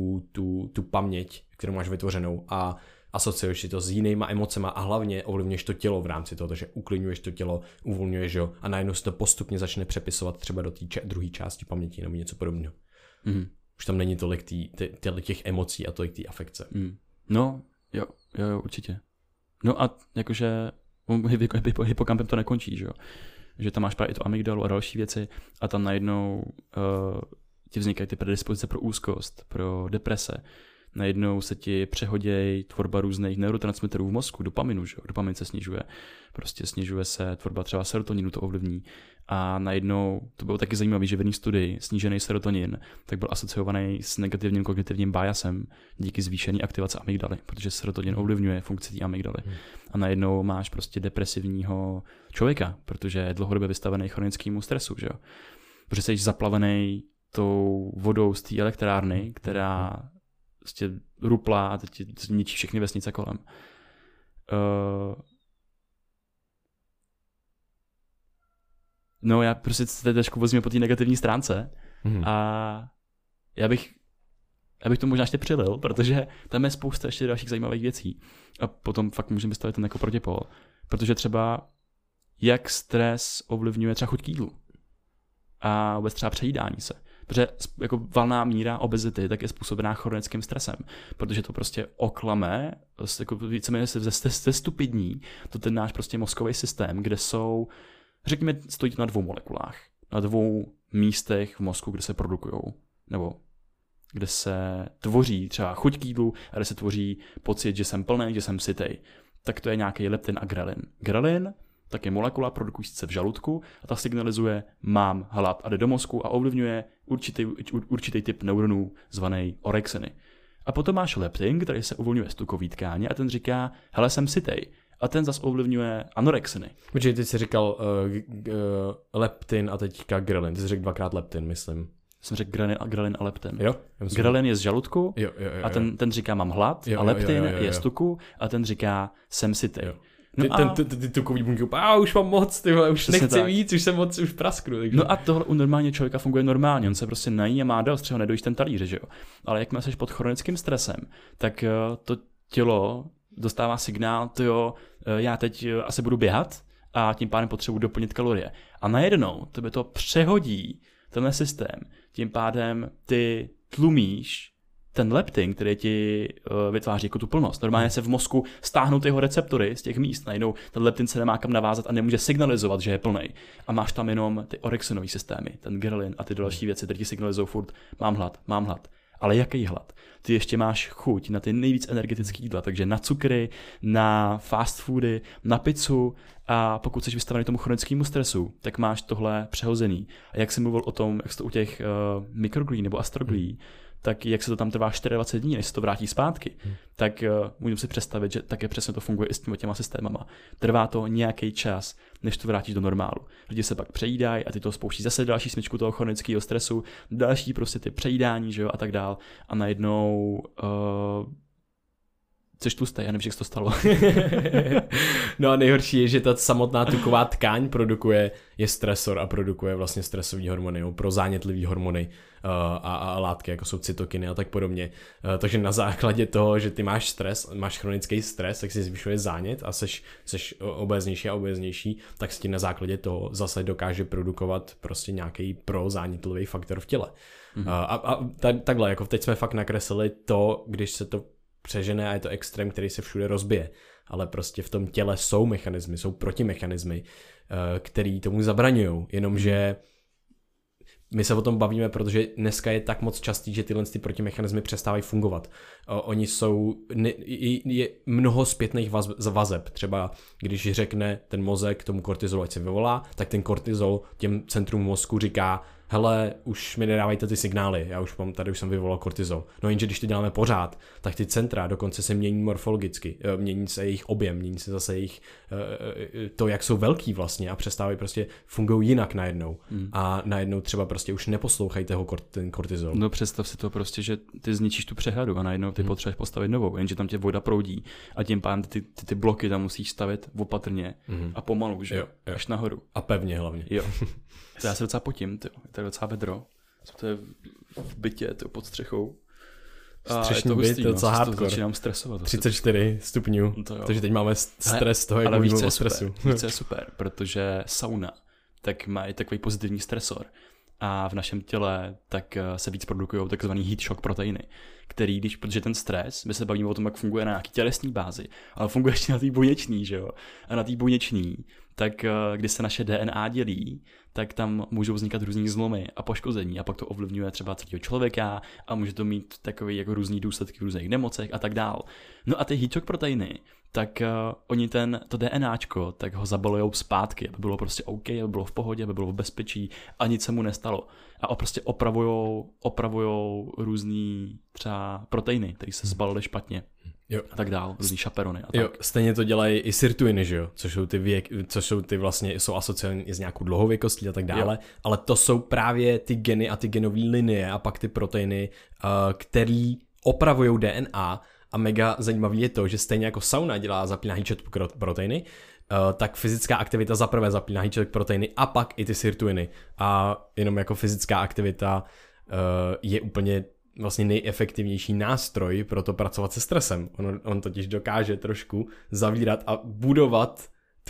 tu paměť, kterou máš vytvořenou a asociuješ si to s jinýma emocema a hlavně ovlivňuješ to tělo v rámci toho, takže uklidňuješ to tělo, uvolňuješ ho a najednou se to postupně začne přepisovat třeba do té druhé části paměti nebo něco podobného. Už tam není tolik těch emocí a tolik té afekce. No, jo, určitě. No a jakože hypokampem to nekončí, že jo? Že tam máš právě i to amygdalu a další věci a tam najednou ti vznikají ty predispozice pro úzkost, pro deprese. Najednou se ti přehodějí tvorba různých neurotransmiterů v mozku, dopaminu, že jo? Dopamin se snižuje. Prostě snižuje se tvorba třeba serotoninu, to ovlivní. A najednou, to bylo taky zajímavé, že v jedné studii snížený serotonin tak byl asociovaný s negativním kognitivním biasem díky zvýšené aktivace amygdaly, protože serotonin ovlivňuje funkci té amygdaly. A najednou máš prostě depresivního člověka, protože je dlouhodobě vystavený chronickému stresu, že jo? Protože jsi zaplavený tou vodou z té elektrárny, která prostě ruplá a teď ničí všechny vesnice kolem. No já prostě se trošku vozím po té negativní stránce a já bych to možná ještě přilil, protože tam je spousta ještě dalších zajímavých věcí a potom fakt můžeme vystavit ten jako protipol. Protože třeba jak stres ovlivňuje třeba chuť k jídlu a vůbec třeba přejídání se. Protože jako valná míra obezity tak je způsobená chronickým stresem, protože to prostě oklame, jako víceméně se zestupidní to ten náš prostě mozkový systém, kde jsou, řekněme, stojí na 2 molekulách, na 2 místech v mozku, kde se produkujou, nebo kde se tvoří třeba chuť k jídlu a kde se tvoří pocit, že jsem plný, že jsem sytej. Tak to je nějaký leptin a grelin. Grelin tak je molekula produkující se v žaludku a ta signalizuje mám hlad a jde do mozku a ovlivňuje určitý typ neuronů zvaný orexiny. A potom máš leptin, který se uvolňuje z tukový tkáně a ten říká, hele, jsem sytej. A ten zas ovlivňuje anorexiny. Počkej, ty jsi říkal leptin a teďka grelin. Ty jsi řekl 2krát leptin, myslím. jsem řekl grelin a leptin. Jo? Grelin je z žaludku jo. A ten říká mám hlad a leptin je z tuku a ten říká jsem sytej. Ty tukový buňky, už mám moc, už nechci víc, už jsem moc, už prasknu. Takže... No a tohle u normálního člověka funguje normálně, on se prostě nají a má dost, třeba nedojíš ten talíř, že jo. Ale jakmile jsi pod chronickým stresem, tak to tělo dostává signál, já teď asi budu běhat a tím pádem potřebuji doplnit kalorie. A najednou tebe to přehodí, tenhle systém, tím pádem ty tlumíš ten leptin, který ti vytváří jako tu plnost. Normálně se v mozku stáhnou ty jeho receptory z těch míst. Najednou ten leptin se nemá kam navázat a nemůže signalizovat, že je plnej. A máš tam jenom ty orexinové systémy, ten grelin a ty další věci, které ti signalizují furt mám hlad. Ale jaký hlad? Ty ještě máš chuť na ty nejvíc energetické jídla, takže na cukry, na fast foody, na pizzu a pokud jsi vystavený tomu chronickému stresu, tak máš tohle přehozený. A jak jsem mluvil o tom, jak se to u těch mikroglí nebo astroglí, tak jak se to tam trvá 24 dní, než se to vrátí zpátky, tak můžeme si představit, že také přesně to funguje i s těma systémama. Trvá to nějaký čas, než to vrátíš do normálu. Lidi se pak přejídají a ty to spouští zase další smyčku toho chronického stresu, další prostě ty přejídání, že jo, a tak dál. A najednou jsi tlustej, já nevím, jak se to stalo. No a nejhorší je, že ta samotná tuková tkáň je stresor a produkuje vlastně stresové hormony, pro zánětlivé hormony a látky, jako jsou cytokiny a tak podobně. Takže na základě toho, že ty máš stres, máš chronický stres, tak si zvyšuje zánět a seš obéznější a obéznější, tak si ti na základě toho zase dokáže produkovat prostě nějaký prozánětlivý faktor v těle. Takhle, jako teď jsme fakt nakreslili to, když se to přežené a je to extrém, který se všude rozbije. Ale prostě v tom těle jsou mechanismy, jsou protimechanismy, který tomu zabraňují. Jenomže my se o tom bavíme, protože dneska je tak moc častý, že tyhle protimechanismy přestávají fungovat. Oni je mnoho zpětných vazeb. Třeba když řekne ten mozek tomu kortizolu, ať se vyvolá, tak ten kortizol těm centrum mozku říká, hele, už mi nedávajte ty signály, tady už jsem vyvolal kortizol. No jenže když to děláme pořád, tak ty centra dokonce se mění morfologicky, mění se jejich objem, mění se zase jejich to, jak jsou velký vlastně a přestávají prostě fungují jinak najednou. A najednou třeba prostě už neposlouchají ten kortizol. No představ si to prostě, že ty zničíš tu přehradu a najednou ty potřebuješ postavit novou, jenže tam tě voda proudí a tím pádem ty bloky tam musíš stavět opatrně a pomalu, že jo, až nahoru. A pevně hlavně. Jo. To já se docela potím, to je docela vedro. To je v bytě, pod střechou. Střešní byt, to je docela hardcore. Začínám stresovat. 34 stupňů, takže teď máme stres toho, jak mluvíme o stresu. Víc je super, protože sauna tak má i takový pozitivní stresor. A v našem těle tak se víc produkují takzvaný heat shock proteiny, který, protože ten stres, my se bavíme o tom, jak funguje na nějaký tělesní bázi, ale funguje ještě na té buněční, že jo? A na té buněční, tak když se naše DNA dělí, tak tam můžou vznikat různý zlomy a poškození a pak to ovlivňuje třeba celého člověka a může to mít takový jako různý důsledky v různých nemocech a tak dál. No a ty heat shock proteiny, tak oni to DNAčko, tak ho zabalujou zpátky, aby bylo prostě OK, aby bylo v pohodě, aby bylo v bezpečí a nic se mu nestalo. A prostě opravujou různý třeba proteiny, které se zbalily špatně. Jo. A tak dál, různý šaperony a tak. Jo, stejně to dělají i sirtuiny, že jo, což jsou ty vlastně, jsou asociované s nějakou dlouhověkostí a tak dále, ale to jsou právě ty geny a ty genové linie a pak ty proteiny, který opravují DNA a mega zajímavý je to, že stejně jako sauna zapíná heat shock proteiny, tak fyzická aktivita zaprvé zapíná heat shock proteiny a pak i ty sirtuiny a jenom jako fyzická aktivita je úplně vlastně nejefektivnější nástroj pro to pracovat se stresem. On totiž dokáže trošku zavírat a budovat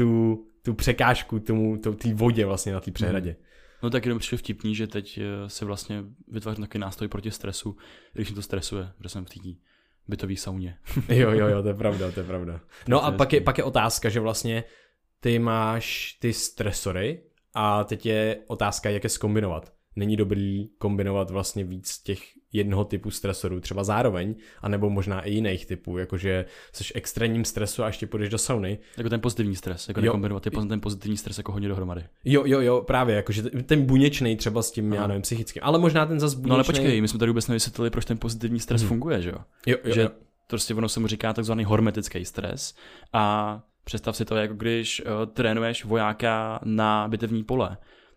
tu překážku té vodě vlastně na té přehradě. No tak jenom přišlo vtipný, že teď se vlastně vytváří takový nástroj proti stresu, když mě to stresuje, že jsem v té bytový sauně. jo, to je pravda. No a pak je otázka, že vlastně ty máš ty stresory a teď je otázka, jak je zkombinovat. Není dobrý kombinovat vlastně víc těch jednoho typu stresorů třeba zároveň, anebo možná i jiných typů, jakože jsi v extrémním stresu a ještě půjdeš do sauny. Jako ten pozitivní stres, jako nekombinovat ten pozitivní stres jako hodně dohromady. Jo, právě, jakože ten buněčný třeba s tím, já nevím, psychickým, ale možná ten zas buněčný. No ale počkej, my jsme tady vůbec nevysvětlili, proč ten pozitivní stres funguje, že jo? Jo. Prostě ono se mu říká takzvaný hormetický stres a představ si to, jako když trénuješ vojáka na bitevní pole,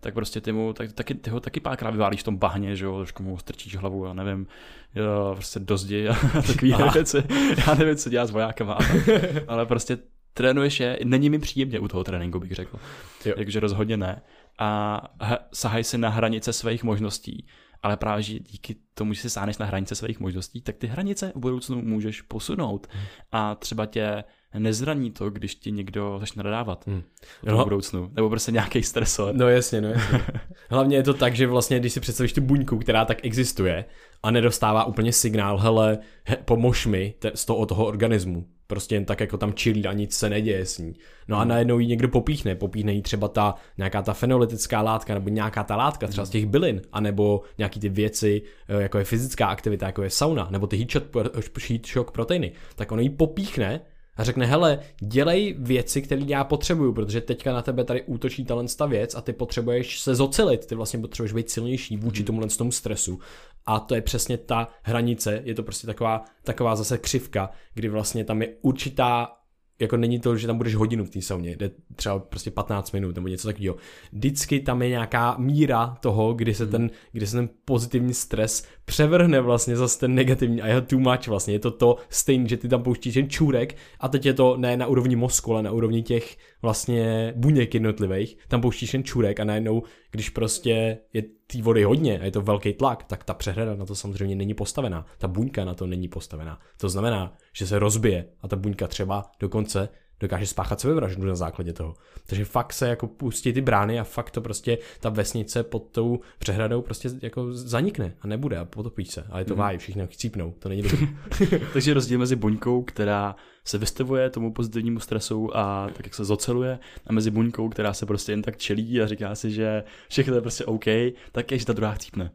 tak prostě ty ho taky párkrát vyválíš v tom bahně, že jo, trošku mu strčíš hlavu, já nevím, jo, prostě do zdi a takový věci. Já nevím, co dělá s vojákama, ale prostě trénuješ je, není mi příjemně u toho tréninku, bych řekl. Takže rozhodně ne. A sahaj si na hranice svých možností. Ale právě že díky tomu, že si sáhneš na hranice svých možností, tak ty hranice v budoucnu můžeš posunout. A třeba tě nezraní to, když ti někdo začne nadávat v budoucnu. Nebo prostě nějaký stresor. No jasně. Hlavně je to tak, že vlastně, když si představíš tu buňku, která tak existuje a nedostává úplně signál, hele, pomož mi z toho organismu. Prostě jen tak jako tam čilí a nic se neděje s ní. No a najednou ji někdo popíchne jí třeba nějaká ta fenolytická látka nebo nějaká ta látka třeba z těch bylin, anebo nějaký ty věci, jako je fyzická aktivita, jako je sauna, nebo ty heat shock proteiny, tak ono ji popíchne a řekne, hele, dělej věci, které já potřebuju, protože teďka na tebe tady útočí ta věc a ty potřebuješ se zocelit, ty vlastně potřebuješ být silnější vůči tomu stresu. A to je přesně ta hranice, je to prostě taková zase křivka, kdy vlastně tam je určitá, jako není to, že tam budeš hodinu v té sauně, jde třeba prostě 15 minut nebo něco takového. Vždycky tam je nějaká míra toho, kdy se ten pozitivní stres převrhne vlastně zase ten negativní a je too much vlastně. Je to stejný, že ty tam pouštíš ten čůrek a teď je to ne na úrovni mozku, ale na úrovni těch vlastně buněk jednotlivých. Tam pouštíš ten čůrek a najednou, když prostě je té vody hodně a je to velký tlak, tak ta přehrada na to samozřejmě není postavená. Ta buňka na to není postavená. To znamená, že se rozbije a ta buňka třeba dokonce dokáže spáchat sebevraždu na základě toho. Takže fakt se jako pustí ty brány a fakt to prostě ta vesnice pod tou přehradou prostě jako zanikne a nebude a potopí se. Ale je to váj, všichni chcípnou, to není dobré. Takže rozdíl mezi buňkou, která se vystavuje tomu pozitivnímu stresu a tak jak se zoceluje, a mezi buňkou, která se prostě jen tak čelí a říká si, že všechno je prostě OK, tak je, že ta druhá chcípne.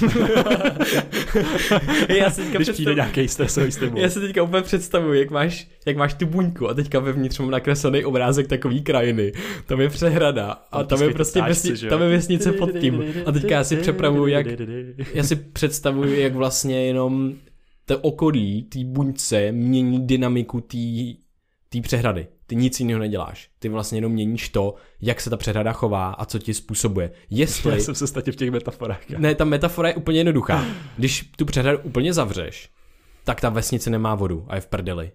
Když přijde nějaký stresový stimul. Já si teďka úplně představuji, jak máš tu buňku a teďka vevnitř mám nakreslený obrázek takový krajiny. Tam je přehrada a tam je prostě tam je vesnice pod tím. A teďka já si představuji, jak vlastně jenom to okolí, té buňce mění dynamiku té přehrady. Ty nic jiného neděláš. Ty vlastně jenom měníš to, jak se ta přehrada chová a co ti způsobuje. Já jsem se statě v těch metaforách. Ne, ta metafora je úplně jednoduchá. Když tu přehradu úplně zavřeš, tak ta vesnice nemá vodu a je v prdeli.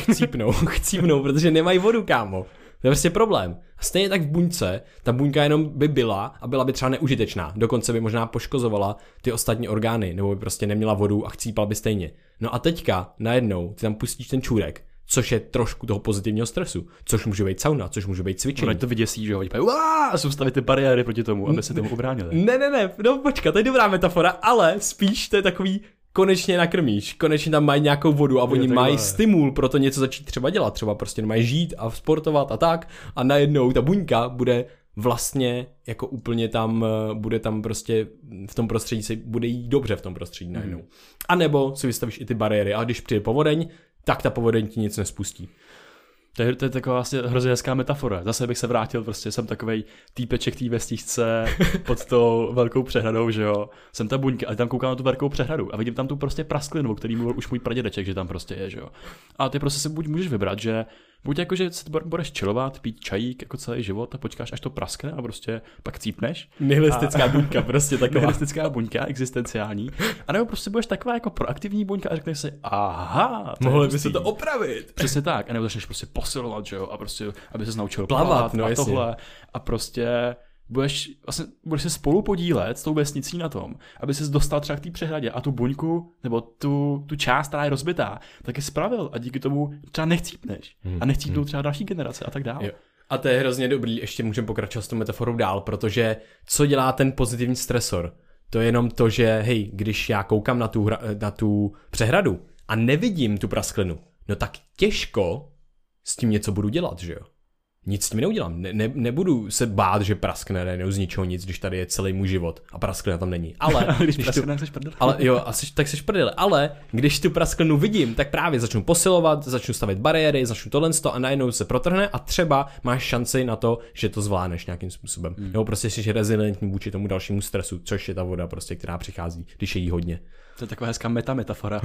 Chcípnou, protože nemají vodu, kámo. To je prostě problém. A stejně tak v buňce, ta buňka jenom by byla a byla by třeba neužitečná. Dokonce by možná poškozovala ty ostatní orgány, nebo by prostě neměla vodu a chcípala by stejně. No a teďka najednou ty tam pustíš ten čůrek, což je trošku toho pozitivního stresu, což může být sauna, což může být cvičení. No, to vyděsí, že jo, a jsou stavit ty bariéry proti tomu, aby se tomu ubránili. Ne, no počkat, to je dobrá metafora, ale spíš to je takový, konečně nakrmíš, konečně tam mají nějakou vodu a oni mají stimul pro to něco začít třeba dělat, třeba prostě mají žít a sportovat a tak a najednou ta buňka bude vlastně jako úplně tam, bude tam prostě v tom prostředí se bude jí dobře v tom prostředí najednou. A nebo si vystavíš i ty bariéry a když přijde povodeň, tak ta povodeň ti nic nespustí. To je taková vlastně hrozně hezká metafora. Zase bych se vrátil, prostě jsem takovej týpeček té vesničce pod tou velkou přehradou, že jo. Jsem ta buňka, ale tam koukám na tu velkou přehradu a vidím tam tu prostě prasklinu, který mluvil už můj pradědeček, že tam prostě je, že jo. A ty prostě si buď můžeš vybrat, že buď jako, že se budeš chillovat, pít čajík jako celý život a počkáš, až to praskne a prostě pak cípneš. Nihilistická buňka, prostě taková. Nihilistická buňka, existenciální. A nebo prostě budeš taková jako proaktivní buňka a řekneš si, aha, mohli by se to opravit. Přesně tak, a nebo začneš prostě posilovat, že jo, a prostě, aby ses naučil plavat no, a tohle. A prostě budeš se spolu podílet s tou vesnicí na tom, aby ses dostal třeba k té přehradě a tu buňku, nebo tu část, která je rozbitá, tak je spravil a díky tomu třeba nechcípneš. A nechcípnou třeba další generace a tak dále. A to je hrozně dobrý, ještě můžeme pokračovat s tou metaforou dál, protože co dělá ten pozitivní stresor? To je jenom to, že hej, když já koukám na tu přehradu a nevidím tu prasklinu, no tak těžko s tím něco budu dělat, že jo? Nic s tím neudělám. Nebudu se bát, že praskne najednou z ničeho nic, když tady je celý můj život a prasklina tam není. Ale když praskne, seš prdele. Ale jo, tak seš prdele. Ale když tu prasklinu vidím, tak právě začnu posilovat, začnu stavět bariéry, začnu tohle a najednou se protrhne a třeba máš šanci na to, že to zvládneš nějakým způsobem. Nebo prostě jsi rezilientní vůči tomu dalšímu stresu, což je ta voda prostě, která přichází, když je jí hodně. To je taková hezká metafora.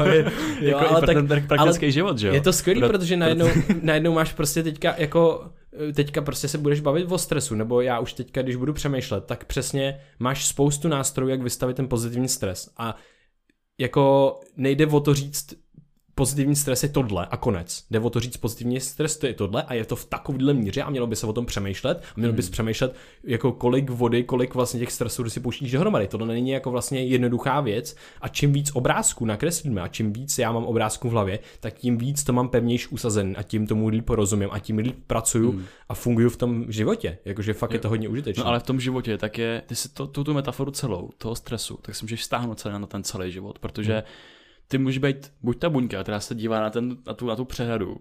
Jo, jako ale tak praktický život, že jo? Je to skvělý, protože najednou máš prostě teďka jako teďka prostě se budeš bavit o stresu, nebo já už teďka, když budu přemýšlet, tak přesně máš spoustu nástrojů, jak vystavit ten pozitivní stres. A jako nejde o to říct, pozitivní stres je tohle a konec. Jde o to říct, pozitivní stres to je tohle a je to v takovéhle míře a mělo by se o tom přemýšlet a mělo by se přemýšlet, jako kolik vody, kolik vlastně těch stresů si pouštíš dohromady. Tohle není jako vlastně jednoduchá věc a čím víc obrázků nakreslíme a čím víc já mám obrázků v hlavě, tak tím víc to mám pevnější usazen a tím tomu líp porozumím a tím líp pracuju a funguju v tom životě. Jakože fakt je to hodně užitečné. No ale v tom životě tak je, ty si tu metaforu celou, toho stresu, tak si můžeš stáhnout celé na ten celý život, protože ty můžeš být buď ta buňka, která se dívá na tu přehradu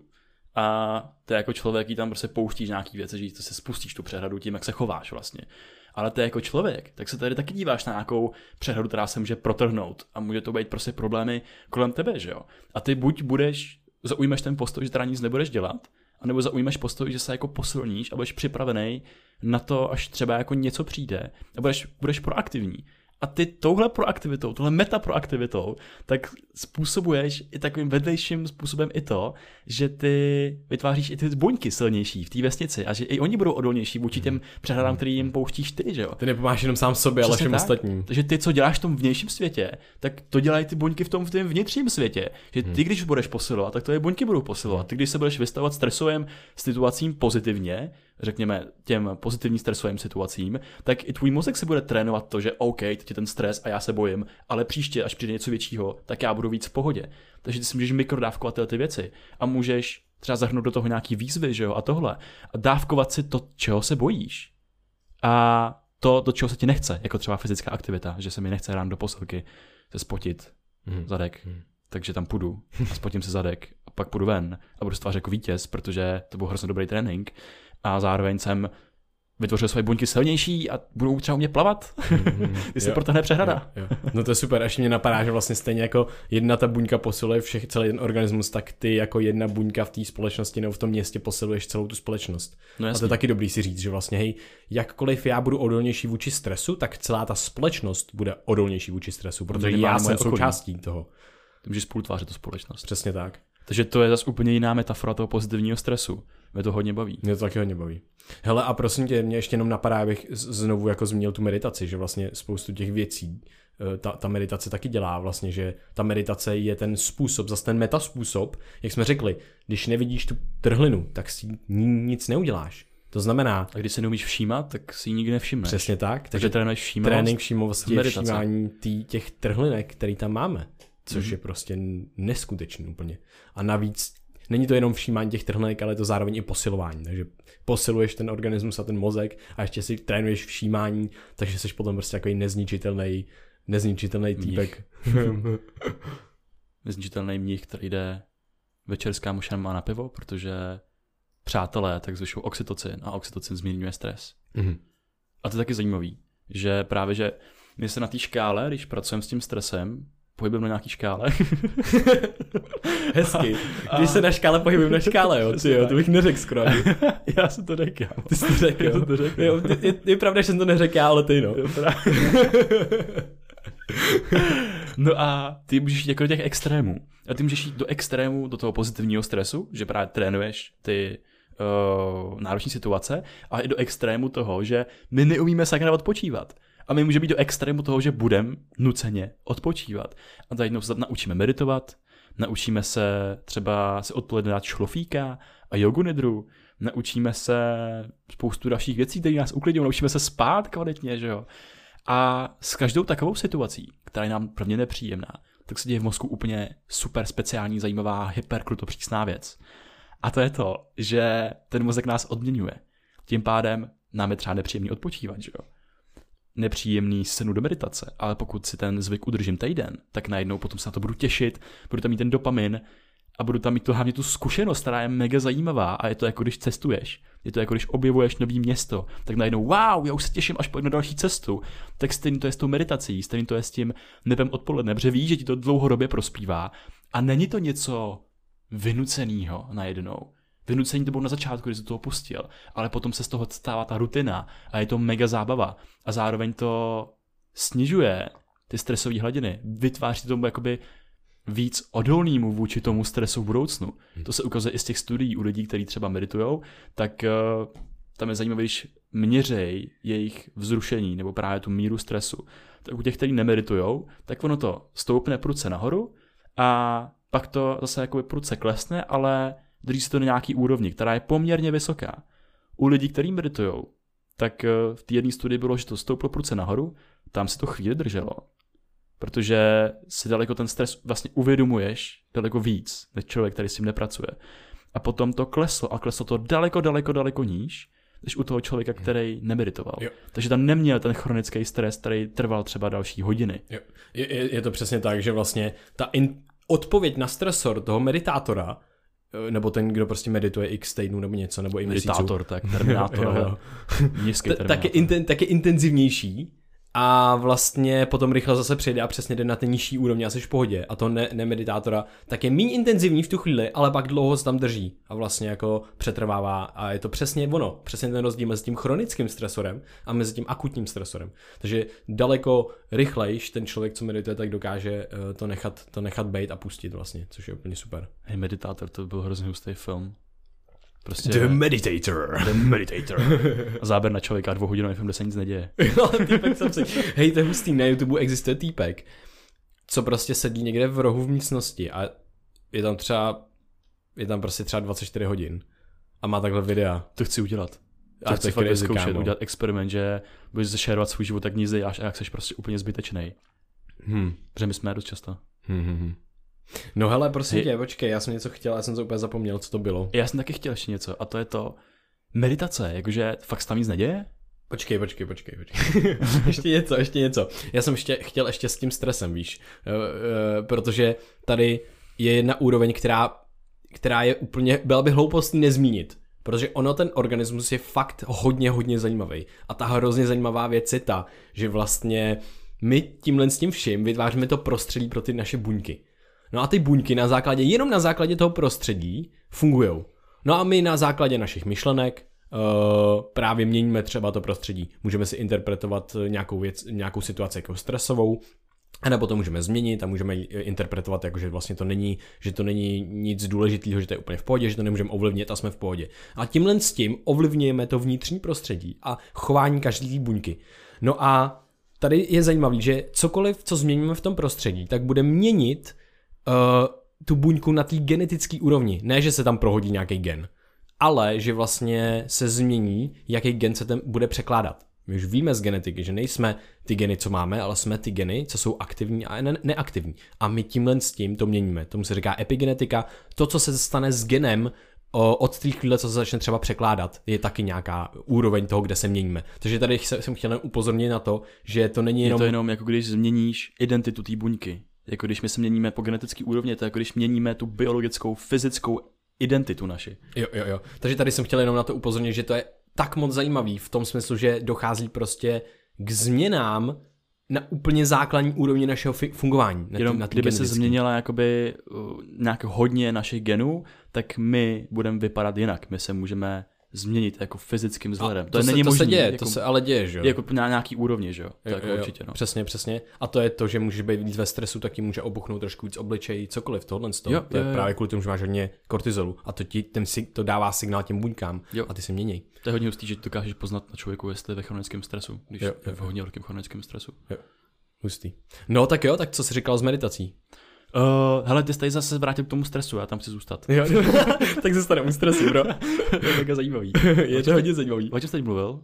a ty jako člověk jí tam prostě pouštíš nějaký věci, že se spustíš tu přehradu tím, jak se chováš vlastně. Ale ty jako člověk, tak se tady taky díváš na nějakou přehradu, která se může protrhnout a může to být prostě problémy kolem tebe, že jo. A ty buď zaujmeš ten postoj, že teda nic nebudeš dělat, anebo zaujmeš postoj, že se jako posilníš a budeš připravený na to, až třeba jako něco přijde a budeš proaktivní. A ty touhle proaktivitou, tohle metaproaktivitou, tak způsobuješ i takovým vedlejším způsobem i to, že ty vytváříš i ty buňky silnější v té vesnici a že i oni budou odolnější vůči těm přehradám, který jim pouštíš ty, že jo. Ty nepomáháš jenom sám sobě, ale všem ostatním. Takže ty, co děláš v tom vnějším světě, tak to dělají ty buňky v tom vnitřním světě. Že ty, když budeš posilovat, tak to je buňky budou posilovat. Ty, když se budeš vystavovat stresovým situacím pozitivně, řekněme těm pozitivním stresovým situacím, tak i tvůj mozek se bude trénovat to, že OK, teď je ten stres a já se bojím, ale příště, až přijde něco většího, tak já budu víc v pohodě. Takže ty si můžeš mikrodávkovat ty věci a můžeš třeba zahrnout do toho nějaký výzvy, že jo, a tohle. A dávkovat si to, čeho se bojíš. A to, do čeho se ti nechce, jako třeba fyzická aktivita, že se mi nechce ráno do posilky se spotit zadek. Takže tam půjdu a spotím se zadek a pak půjdu ven a budu stvářit jako vítěz, protože to byl hrozně dobrý trénink. A zároveň jsem vytvořil své buňky silnější a budou třeba umět plavat, když se protáhne přehrada. Jo. No to je super, až mě napadá, že vlastně stejně jako jedna ta buňka posiluje celý ten organismus, tak ty jako jedna buňka v té společnosti nebo v tom městě posiluješ celou tu společnost. No a to je taky dobrý si říct, že vlastně hej, jakkoliv já budu odolnější vůči stresu, tak celá ta společnost bude odolnější vůči stresu, protože já jsem součástí toho. Ty můžeš spolutvářet tu společnost. Přesně tak. Takže to je zase úplně jiná metafora toho pozitivního stresu. Mě to hodně baví. Mě to taky hodně baví. Hele, a prosím tě, mě ještě jenom napadá, abych znovu jako zmínil tu meditaci, že vlastně spoustu těch věcí ta meditace taky dělá vlastně, že ta meditace je ten způsob, zase ten metaspůsob, jak jsme řekli, když nevidíš tu trhlinu, tak si nic neuděláš. To znamená... A když se neumíš všímat, tak si ji nikdy nevšimneš. Přesně tak. Takže trénuješ všímavost. Trénink všímavosti je všímání těch trhlinek, který tam máme, což je prostě neskutečný úplně. A navíc není to jenom všímání těch trhlinek, ale je to zároveň i posilování. Takže posiluješ ten organismus a ten mozek a ještě si trénuješ všímání, takže jsi potom prostě takový nezničitelný týpek. Nezničitelný mnich, který jde večer s kámošem a na pivo, protože přátelé tak zvyšují oxytocin a oxytocin zmírňuje stres. A to je taky zajímavý, že právě, že my se na té škále, když pracujeme s tím stresem, pohybujeme na nějaký škále. Hezky. Když se na škále pohybujeme na škále, jo, to bych neřekl skoro. Já jsem to řekl. Ty jsi to řekl, jo. Je pravda, že jsem to neřekl já, ale ty no. No a ty můžeš jít jako do těch extrémů. A ty můžeš jít do extrému, do toho pozitivního stresu, že právě trénuješ ty náročné situace, ale i do extrému toho, že my neumíme sakra odpočívat. A my můžeme být do extrému toho, že budeme nuceně odpočívat. A tady se naučíme meditovat, naučíme se třeba si odpoledne dát šlofíka a jogu nidru, naučíme se spoustu dalších věcí, které nás uklidňují, naučíme se spát kvalitně, že jo. A s každou takovou situací, která je nám prvně nepříjemná, tak se děje v mozku úplně super speciální, zajímavá, hyperkrutopřísná věc. A to je to, že ten mozek nás odměňuje. Tím pádem nám je třeba nepříjemný odpočívat, že jo. Nepříjemný senu do meditace, ale pokud si ten zvyk udržím týden, tak najednou potom se na to budu těšit, budu tam mít ten dopamin a budu tam mít hlavně tu zkušenost, která je mega zajímavá a je to jako když cestuješ, je to jako když objevuješ nový město, tak najednou wow, já už se těším, až pojdu na další cestu. Tak stejně to je s tou meditací, stejně to je s tím nebem odpoledne, protože víš, že ti to dlouhodobě prospívá a není to něco vynucenýho najednou. Vynucení to bylo na začátku, když jsi toho pustil, ale potom se z toho stává ta rutina a je to mega zábava a zároveň to snižuje ty stresové hladiny, vytváří tomu jakoby víc odolnému vůči tomu stresu v budoucnu. To se ukazuje i z těch studií u lidí, kteří třeba meditujou, tak tam je zajímavé, když měřej jejich vzrušení nebo právě tu míru stresu. Tak u těch, kteří nemeditujou, tak ono to stoupne prudce nahoru a pak to zase jakoby prudce klesne, ale drží se to na nějaký úrovni, která je poměrně vysoká. U lidí, kteří meditujou, tak v té jedné studii bylo, že to stouplo prudce nahoru, tam se to chvíli drželo. Protože si daleko ten stres vlastně uvědomuješ daleko víc, než člověk, který s tím nepracuje. A potom to kleslo a kleslo to daleko níž, než u toho člověka, který nemeditoval. Jo. Takže tam neměl ten chronický stres, který trval třeba další hodiny. Jo. Je to přesně tak, že vlastně ta odpověď na stresor toho meditátora, nebo ten, kdo prostě medituje x týdnů nebo něco, nebo i měsíců. Meditátor, tak terminátor. Tak je intenzivnější a vlastně potom rychle zase přijde a přesně jde na ten nižší úrovně a jsi v pohodě. A to nemeditátora tak je méně intenzivní v tu chvíli, ale pak dlouho se tam drží a vlastně jako přetrvává a je to přesně ono, přesně ten rozdíl mezi tím chronickým stresorem a mezi tím akutním stresorem. Takže daleko rychlejš ten člověk, co medituje, tak dokáže to nechat bejt a pustit vlastně, což je úplně super. Hej, Meditátor, to byl hrozně hustý film. Prostě The Meditator. A záběr na člověka 2hodinový film, kde se nic neděje. Hej, to je hustý, na YouTube existuje týpek, co prostě sedí někde v rohu v místnosti a je tam prostě třeba 24 hodin a má takhle videa. To chci udělat. To chci fakt vyzkoušet, udělat experiment, že budeš zešerovat svůj život, tak nic děláš a jak seš prostě úplně zbytečnej. Protože my jsme dost často. No hele, prosím tě, počkej, já jsem něco chtěl, já jsem to úplně zapomněl, co to bylo. Já jsem taky chtěl ještě něco a to je to meditace, jakože fakt se tam nic neděje? Počkej. ještě něco. Já jsem chtěl ještě s tím stresem, víš, protože tady je jedna úroveň, která je úplně, byla by hloupostí nezmínit. Protože ten organismus je fakt hodně zajímavý. A ta hrozně zajímavá věc je ta, že vlastně my tímhle s tím vším vytváříme to prostředí pro ty naše buňky. No a ty buňky jenom na základě toho prostředí fungujou. No a my na základě našich myšlenek právě měníme třeba to prostředí. Můžeme si interpretovat nějakou situaci jako stresovou, a nebo to můžeme změnit a můžeme interpretovat jako, že vlastně to není nic důležitého, že to je úplně v pohodě, že to nemůžeme ovlivnit a jsme v pohodě. A tímhle s tím ovlivňujeme to vnitřní prostředí a chování každé buňky. No a tady je zajímavé, že cokoliv, co změníme v tom prostředí, tak bude měnit tu buňku na té genetické úrovni. Ne, že se tam prohodí nějaký gen, ale že vlastně se změní, jaký gen se tam bude překládat. My už víme z genetiky, že nejsme ty geny, co máme, ale jsme ty geny, co jsou aktivní a neaktivní. A my tímhle s tím to měníme. Tomu se říká epigenetika. To, co se stane s genem od té chvíle, co se začne třeba překládat, je taky nějaká úroveň toho, kde se měníme. Takže tady jsem chtěl upozornit na to, že to není jenom... Je to jenom jako když změníš identitu té buňky. Jako když my se měníme po genetické úrovni, to je jako když měníme tu biologickou, fyzickou identitu naši. Jo. Takže tady jsem chtěl jenom na to upozornit, že to je tak moc zajímavý v tom smyslu, že dochází prostě k změnám na úplně základní úrovni našeho fungování. Jenom kdyby se změnila jakoby nějak hodně našich genů, tak my budeme vypadat jinak. My se můžeme změnit jako fyzickým vzhledem. To není možné. To se děje, jako, to se ale děje, že jo? Jako na nějaký úrovni, že jo? Tak jo, určitě, no. Přesně. A to je to, že můžeš být víc ve stresu, tak ti může obuchnout trošku víc obličej, cokoliv, tohle z toho. To je právě kvůli tomu, že máš hodně kortizolu a to dává signál těm buňkám a ty se mění. To je hodně hustý, že dokážeš poznat na člověku, jestli je ve chronickém stresu, když je v hodně velkém chronickém stresu. Jo. Hustý. No tak jo, tak co jsi říkal s meditací? Hele, ty jsi tady zase vrátil k tomu stresu, já tam chci zůstat. Jo, tak zůstane u stresu, bro. To je mega zajímavý. Je to hodně zajímavý. O čem jsi teď mluvil?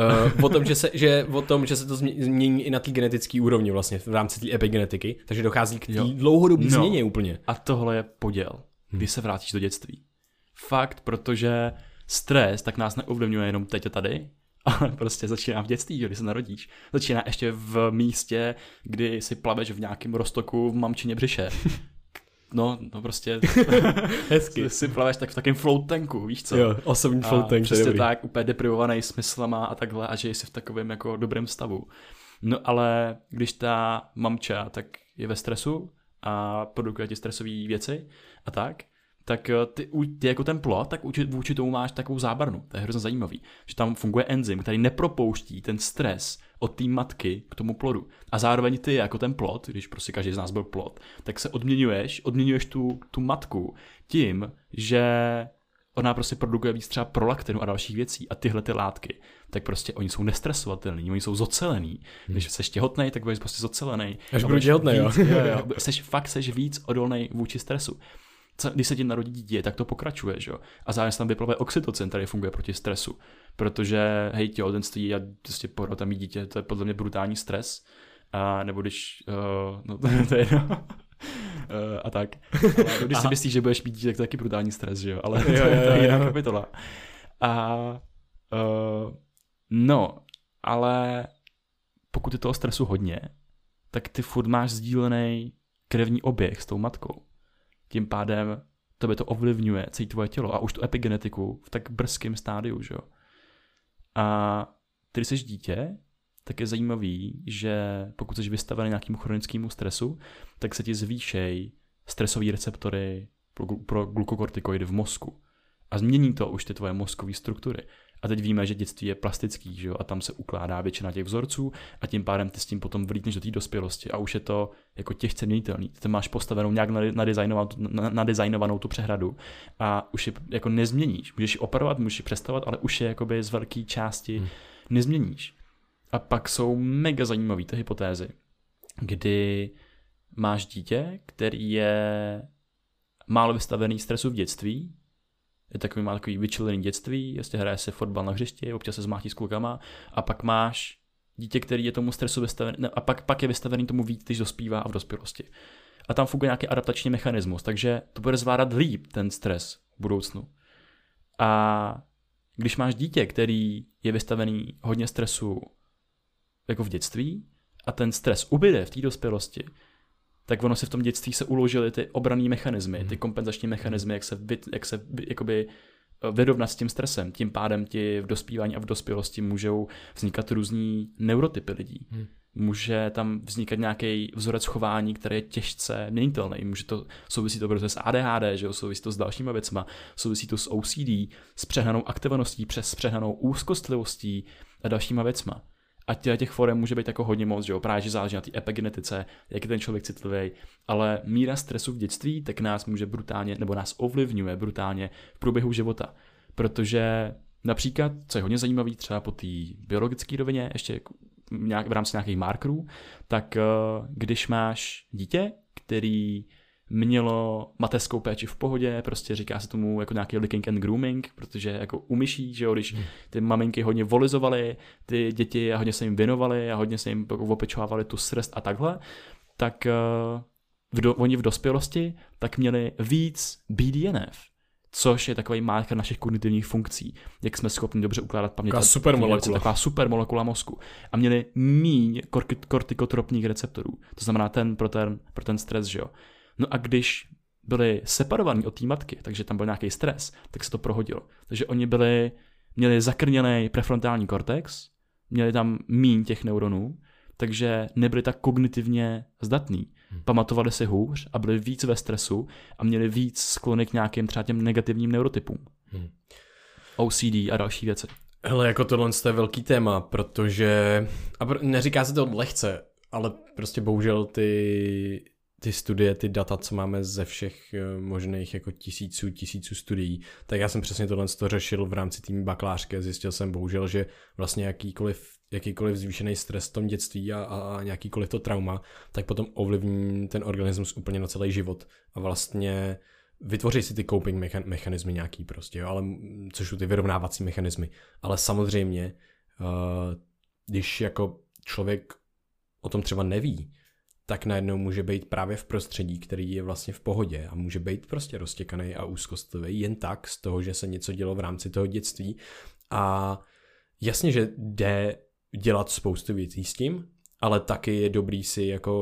O tom, že se to změní i na té genetické úrovni vlastně v rámci té epigenetiky, takže dochází k té dlouhodobé změně úplně. A tohle je poděl, když se vrátíš do dětství. Fakt, protože stres tak nás neovlivňuje jenom teď a tady, ale prostě začíná v dětství, když se narodíš. Začíná ještě v místě, kdy si plaveš v nějakém roztoku v mamčině břiše. No prostě hezky. Si plaveš tak v takém float tanku, víš co? Jo, osobní float tank. Přesně tak, úplně deprivovaný smyslama a takhle a žiješ si v takovém jako dobrém stavu. No ale když ta mamča tak je ve stresu a produkuje ti stresové věci a tak tak ty jako ten plod, tak vůči tomu máš takovou zábranu. To je hrozně zajímavý, že tam funguje enzym, který nepropouští ten stres od té matky k tomu plodu. A zároveň ty jako ten plod, když prostě každý z nás byl plod, tak se odměňuješ tu matku tím, že ona prostě produkuje víc třeba prolaktinu a dalších věcí a tyhle ty látky, tak prostě oni jsou nestresovatelní, oni jsou zocelený. Když jsi těhotnej, tak budeš prostě zocelený. Až budu těhotnej, jo. Seš víc odolnej vůči stresu. Když se ti narodí dítě, tak to pokračuje, že jo. A zároveň se tam vyplave oxytocin, který funguje proti stresu. Protože hej, těhotenství a prostě porod a mít dítě, to je podle mě brutální stres. A nebo když, no to je jedno. A tak. Ale když si myslíš, že budeš mít dítě, tak to je taky brutální stres, že jo. Ale to je jiná kapitola. No, ale pokud je toho stresu hodně, tak ty furt máš sdílený krevní oběh s tou matkou. Tím pádem tebe to ovlivňuje celé tvoje tělo a už tu epigenetiku v tak brzkém stádiu, že jo. A ty, když jsi dítě, tak je zajímavý, že pokud jsi vystavený nějakému chronickému stresu, tak se ti zvýšejí stresové receptory pro glukokortikoidy v mozku. A změní to už ty tvoje mozkové struktury. A teď víme, že dětství je plastický, že jo? A tam se ukládá většina těch vzorců a tím pádem ty s tím potom vlítneš do té dospělosti a už je to jako těžce měnitelný. Ty máš postavenou nějak nadizajnovanou tu přehradu a už je jako nezměníš. Můžeš ji operovat, můžeš ji přestavovat, ale už je jakoby z velké části nezměníš. A pak jsou mega zajímavé ty hypotézy, kdy máš dítě, který je málo vystavený stresu v dětství, má takový vyčilený dětství, vlastně hraje se fotbal na hřišti, občas se zmátí s klukama a pak máš dítě, který je tomu stresu vystavený, a pak je vystavený tomu víc, když dospívá a v dospělosti. A tam funguje nějaký adaptační mechanismus, takže to bude zvládat líp ten stres v budoucnu. A když máš dítě, který je vystavený hodně stresu jako v dětství a ten stres ubyde v té dospělosti, tak ono se v tom dětství se uložily ty obranné mechanismy, ty kompenzační mechanismy, jak se jakoby vyrovnat s tím stresem. Tím pádem ti v dospívání a v dospělosti můžou vznikat různý neurotypy lidí. Může tam vznikat nějaký vzorec chování, který je těžce měnitelný. Může to souvisí to s ADHD, že jo? Souvisí to s dalšíma věcma, souvisí to s OCD, s přehnanou aktivností, přes přehnanou úzkostlivostí a dalšíma věcma. A těch forem může být jako hodně moc, že jo, právě že záleží na té epigenetice, jak je ten člověk citlivý, ale míra stresu v dětství tak nás může brutálně, nebo nás ovlivňuje brutálně v průběhu života. Protože například, co je hodně zajímavý třeba po té biologické rovině, ještě v rámci nějakých markerů, tak když máš dítě, který mělo mateřskou péči v pohodě, prostě říká se tomu jako nějaký licking and grooming, protože jako u myší, že jo, když ty maminky hodně volizovaly ty děti a hodně se jim věnovaly a hodně se jim opečovávali tu srst a takhle, tak oni v dospělosti tak měli víc BDNF, což je takový marker našich kognitivních funkcí, jak jsme schopni dobře ukládat paměť. Taková supermolekula mozku. A měli míň kortikotropních receptorů. To znamená pro ten stres, že jo. No a když byli separovaní od té matky, takže tam byl nějaký stres, tak se to prohodilo. Takže oni měli zakrněný prefrontální kortex, měli tam míň těch neuronů, takže nebyli tak kognitivně zdatní. Pamatovali si hůř a byli víc ve stresu a měli víc sklony k nějakým třeba těm negativním neurotypům. OCD a další věci. Hele, jako tohle je velký téma, protože, neříká se to lehce, ale prostě bohužel ty studie, ty data, co máme ze všech možných jako tisíců studií, tak já jsem přesně tohle řešil v rámci té bakalářky a zjistil jsem bohužel, že vlastně jakýkoliv zvýšený stres v tom dětství a nějakýkoliv to trauma, tak potom ovlivní ten organismus úplně na celý život a vlastně vytvoří si ty coping mechanismy nějaký prostě, jo, ale což jsou ty vyrovnávací mechanismy, ale samozřejmě, když jako člověk o tom třeba neví, tak najednou může být právě v prostředí, který je vlastně v pohodě a může být prostě roztěkaný a úzkostlivý jen tak z toho, že se něco dělo v rámci toho dětství. A jasně, že jde dělat spoustu věcí s tím, ale taky je dobrý si jako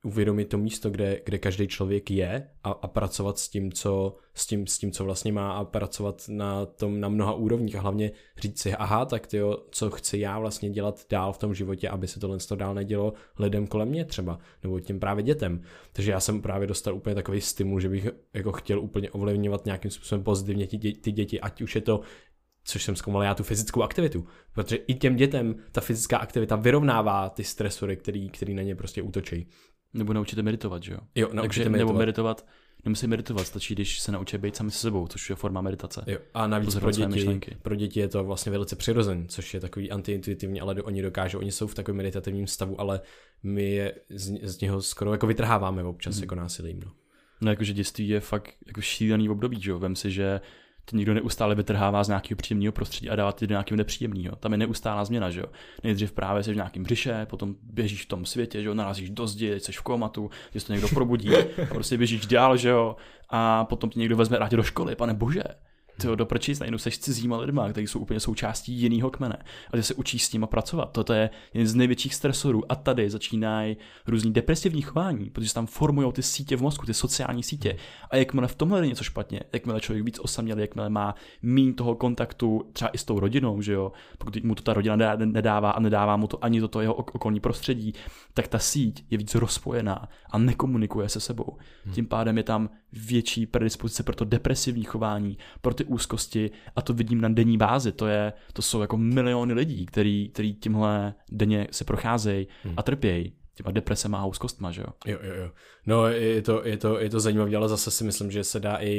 uvědomit to místo, kde každý člověk je a pracovat s tím, co vlastně má a pracovat na mnoha úrovních a hlavně říct si, aha, tak tyjo, co chci já vlastně dělat dál v tom životě, aby se tohle dál nedělo lidem kolem mě třeba, nebo těm právě dětem. Takže já jsem právě dostal úplně takový stimul, že bych jako chtěl úplně ovlivňovat nějakým způsobem pozitivně ty děti, ať už je to, což jsem zkoumal já, tu fyzickou aktivitu, protože i těm dětem ta fyzická aktivita vyrovnává ty stresory, který na ně prostě útočí. Nebo naučíte meditovat, že jo? Jo, naučíte meditovat. Nebo meditovat, nemusí meditovat, stačí, když se naučí být sami se sebou, což je forma meditace. Jo, a navíc pro děti je to vlastně velice přirozen, což je takový antiintuitivní, ale oni jsou v takovém meditativním stavu, ale my je z něho skoro jako vytrháváme občas jako násilím. No jakože dětství je fakt jako šílený období, že jo? Vem si, že ty nikdo neustále vytrhává z nějakého příjemného prostředí a dává ty do nějakého nepříjemného. Tam je neustálá změna, že jo. Nejdřív právě jsi v nějakém břiše, potom běžíš v tom světě, že jo, narazíš do zdi, jsi v komatu, že se to někdo probudí, a prostě běžíš dál, že jo, a potom tě někdo vezme rád do školy, pane bože. Tyjo, do prčic, najednou seš cizíma lidma, kteří jsou úplně součástí jiného kmene. A ty se učíš s nima pracovat. Toto je jeden z největších stresorů. A tady začínají různý depresivní chování, protože se tam formují ty sítě v mozku, ty sociální sítě. A jakmile v tomhle je něco špatně, jakmile člověk víc osaměl, jakmile má míň toho kontaktu třeba i s tou rodinou, že jo, pokud mu to ta rodina nedává a nedává mu to ani do toho jeho okolní prostředí, tak ta síť je víc rozpojená a nekomunikuje se sebou. Tím pádem je tam větší predispozice pro to depresivní chování, pro ty úzkosti a to vidím na denní bázi. To jsou jako miliony lidí, který tímhle denně se procházejí a trpějí těma depresema a úzkostma, že jo? Jo. No je to zajímavé, ale zase si myslím, že se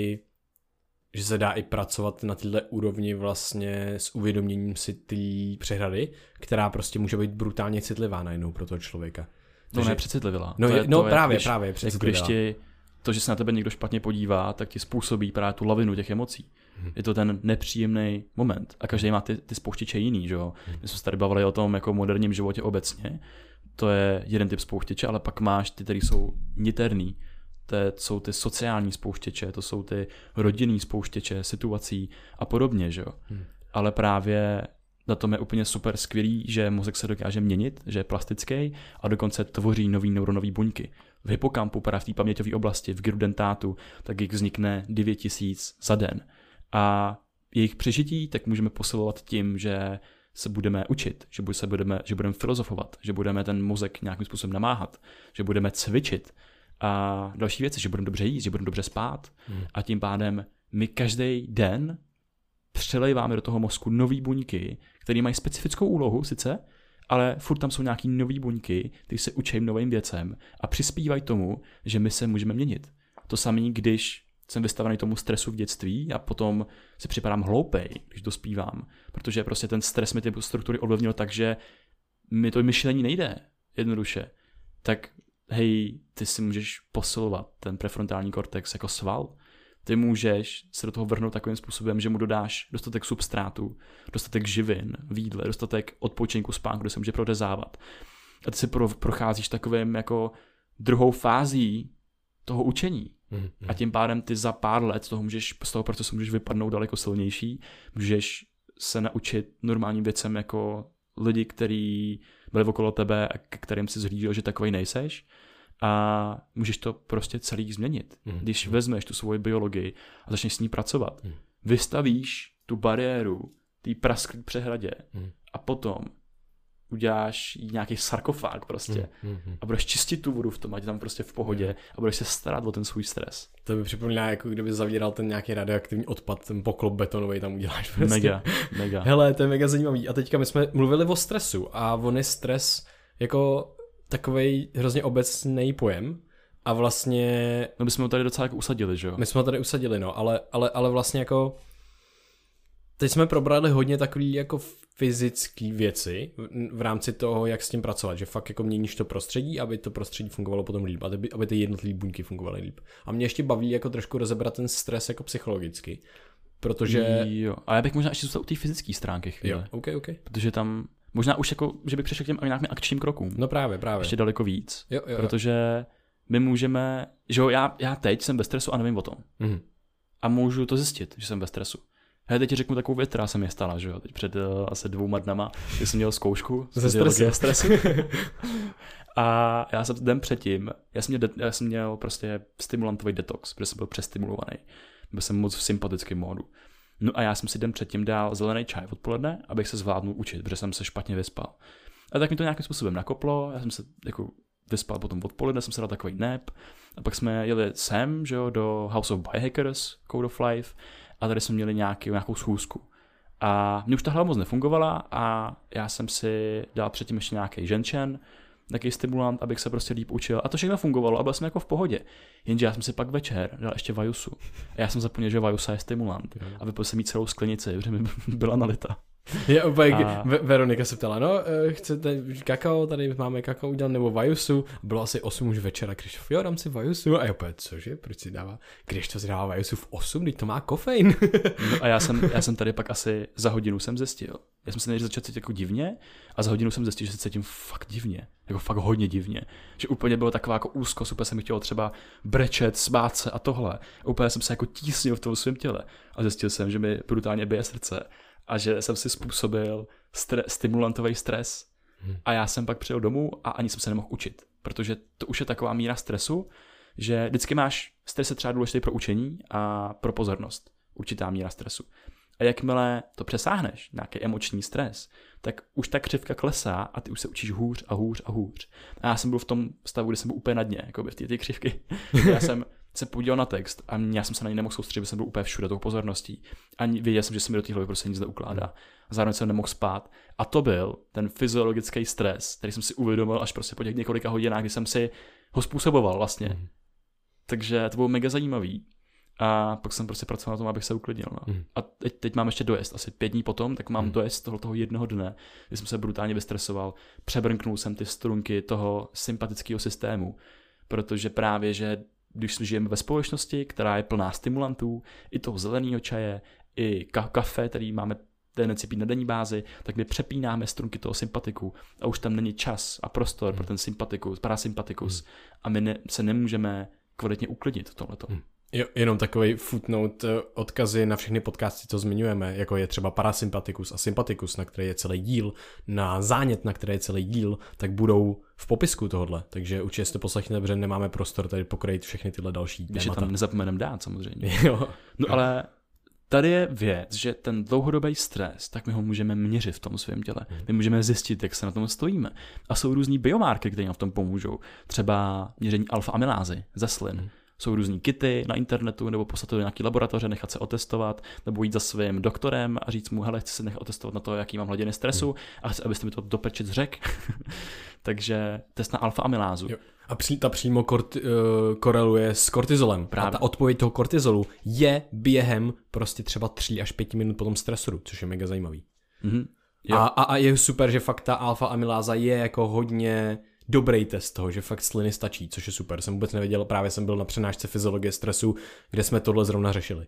dá i pracovat na této úrovni vlastně s uvědoměním si té přehrady, která prostě může být brutálně citlivá najednou pro toho člověka. Takže... je přecitlivá. Právě přecitlivá. Když to, že se na tebe někdo špatně podívá, tak ti způsobí právě tu lavinu těch emocí. Je to ten nepříjemný moment a každý má ty spouštěče jiný, že jo. My jsme se tady bavili o tom jako moderním životě obecně. To je jeden typ spouštěče, ale pak máš ty, které jsou niterný. To jsou ty sociální spouštěče, to jsou ty rodinný spouštěče, situací a podobně, že jo. Ale právě na tom je úplně super skvělý, že mozek se dokáže měnit, že je plastický a dokonce tvoří nový neuronové buňky. V hypokampu, právě v té paměťové oblasti, v gyrodentátu, tak jich vznikne 9000 za den. A jejich přežití tak můžeme posilovat tím, že se budeme učit, že budeme filozofovat, že budeme ten mozek nějakým způsobem namáhat, že budeme cvičit a další věci, že budeme dobře jíst, že budeme dobře spát. A tím pádem my každý den přelejváme do toho mozku nový buňky, které mají specifickou úlohu sice, ale furt tam jsou nějaký nový buňky, které se učí novým věcem a přispívají tomu, že my se můžeme měnit. To samé, když jsem vystavený tomu stresu v dětství a potom si připadám hloupej, když dospívám, protože prostě ten stres mi ty struktury ovlivnil tak, že mi to myšlení nejde jednoduše. Tak hej, ty si můžeš posilovat ten prefrontální kortex jako sval. Ty můžeš se do toho vrhnout takovým způsobem, že mu dodáš dostatek substrátu, dostatek živin v jídle, dostatek odpočinku, spánku, kde se může prorezávat. A ty si procházíš takovým jako druhou fází toho učení. A tím pádem ty za pár let z toho procesu můžeš vypadnout daleko silnější, můžeš se naučit normálním věcem jako lidi, kteří byli okolo tebe a k kterým si zhlížel, že takovej nejseš. A můžeš to prostě celý změnit. Když vezmeš tu svoji biologii a začneš s ní pracovat, vystavíš tu bariéru té prasklý přehradě a potom uděláš nějaký sarkofág prostě a budeš čistit tu vodu v tom, ať tam prostě v pohodě a budeš se starat o ten svůj stres. To by připomíná, jako kdyby zavíral ten nějaký radioaktivní odpad, ten poklop betonový tam uděláš prostě. Mega. Hele, to je mega zajímavý. A teďka my jsme mluvili o stresu a on je stres jako takovej hrozně obecný pojem a vlastně... No bychom ho tady docela jako usadili, že jo? My jsme ho tady usadili, no, ale vlastně jako... Teď jsme probrali hodně takový jako fyzický věci v rámci toho, jak s tím pracovat, že fakt jako měníš to prostředí, aby to prostředí fungovalo potom líp, aby ty jednotlivé buňky fungovaly líp. A mě ještě baví jako trošku rozebrat ten stres jako psychologicky, protože... Jo, a já bych možná ještě zůstal u té fyzické stránky chvíli. Jo, ok. Protože tam... Možná už jako, že bych přešel k těm nějakým akčním krokům. No právě. Ještě daleko víc. Jo. Protože my můžeme, že jo, já teď jsem bez stresu a nevím o tom. A můžu to zjistit, že jsem bez stresu. Já teď ti řeknu takovou věc, která se mi stala, že jo, teď před asi 2 dnama, když jsem měl zkoušku ze stresu. A já jsem den předtím, já jsem měl prostě stimulantový detox, protože jsem byl přestimulovaný. Byl jsem moc v sympatickém módu. No a já jsem si den předtím dal zelený čaj odpoledne, abych se zvládnul učit, protože jsem se špatně vyspal. A tak mi to nějakým způsobem nakoplo, já jsem se jako vyspal potom odpoledne, jsem se dal takový nap a pak jsme jeli sem, že jo, do House of Biohackers, Code of Life a tady jsme měli nějakou schůzku. A mě už ta hlava moc nefungovala a já jsem si dal předtím ještě nějaký ženčen, takový stimulant, abych se prostě líp učil. A to všechno fungovalo a byl jsem jako v pohodě. Jenže já jsem si pak večer dal ještě vajusu. A já jsem zapomněl, že vajusa je stimulant. A vypil jsem jí celou sklenici, protože mi byla nalita. Je Veronika se ptala, chcete kakao, tady máme kakao udělat, nebo vajusu. Bylo asi 8 už večera, Krištof, jo, dám si vajusu. A já opět, cože, proč si dává, Krištof si dává vajusu v 8, teď to má kofein. No a já jsem tady pak asi za hodinu jsem zjistil. Já jsem se nejdřív začal cítit jako divně a za hodinu jsem zjistil, že se cítím fakt divně. Jako fakt hodně divně. Že úplně bylo taková jako úzkost, úplně jsem chtěl třeba brečet, smát se a tohle. A úplně jsem se jako tísnil v tom svém těle. A zjistil jsem, že mi brutálně bije srdce. A že jsem si způsobil stimulantový stres. A já jsem pak přijel domů a ani jsem se nemohl učit. Protože to už je taková míra stresu, že vždycky máš stres je třeba důležitý pro učení a pro pozornost. Určitá míra stresu. A jakmile to přesáhneš, nějaký emoční stres, tak už ta křivka klesá a ty už se učíš hůř a hůř a hůř. A já jsem byl v tom stavu, kdy jsem byl úplně na dně, jako by v té křivky. Já jsem se podíval na text a já jsem se na něj nemohl soustředit, jsem byl úplně všude tou pozorností. A věděl jsem, že se mi do té hlavy prostě nic neukládá. Zároveň jsem nemohl spát. A to byl ten fyziologický stres, který jsem si uvědomil až prostě po těch několika hodinách, kdy jsem si ho způsoboval vlastně. Takže to bylo mega zajímavý. A pak jsem prostě pracoval na tom, abych se uklidnil. No. A teď mám ještě dojezd, asi 5 dní potom, tak mám dojezd toho jednoho dne, kdy jsem se brutálně vystresoval, přebrnknul jsem ty strunky toho sympatického systému, protože právě, že když žijeme ve společnosti, která je plná stimulantů, i toho zeleného čaje, i kafe, který máme tendenci pít na denní bázi, tak my přepínáme strunky toho sympatiku a už tam není čas a prostor pro ten parasympatikus a my se nemůžeme kvalitně uklidnit tohleto. Jo, jenom takovej footnote, odkazy na všechny podcasty, co zmiňujeme, jako je třeba parasympatikus a sympatikus, na který je celý díl, na zánět, na který je celý díl, tak budou v popisku tohodle, takže určitě si to poslechněte, protože nemáme prostor tady pokrýt všechny tyhle další témata. Když je tam nezapomeneme dát samozřejmě. Jo. No ale tady je věc, že ten dlouhodobý stres, tak my ho můžeme měřit v tom svém těle. My můžeme zjistit, jak se na tom stojíme. A jsou různý biomarkery, které nám v tom pomůžou. Třeba měření alfa-amylázy ze slin. Jsou různý kity na internetu, nebo poslat do nějaký laboratoře, nechat se otestovat, nebo jít za svým doktorem a říct mu, hele, chci se nechat otestovat na to, jaký mám hladiny stresu a chci, abyste mi to do prčic řekl. Takže test na alfa-amylázu. Jo. A ta přímo koreluje s kortizolem. Právě. A ta odpověď toho kortizolu je během prostě třeba 3 až 5 minut po tom stresoru, což je mega zajímavý. A je super, že fakt ta alfa-amyláza je jako hodně dobrý test toho, že fakt sliny stačí, což je super. Jsem vůbec nevěděl, právě jsem byl na přednášce fyziologie stresu, kde jsme tohle zrovna řešili.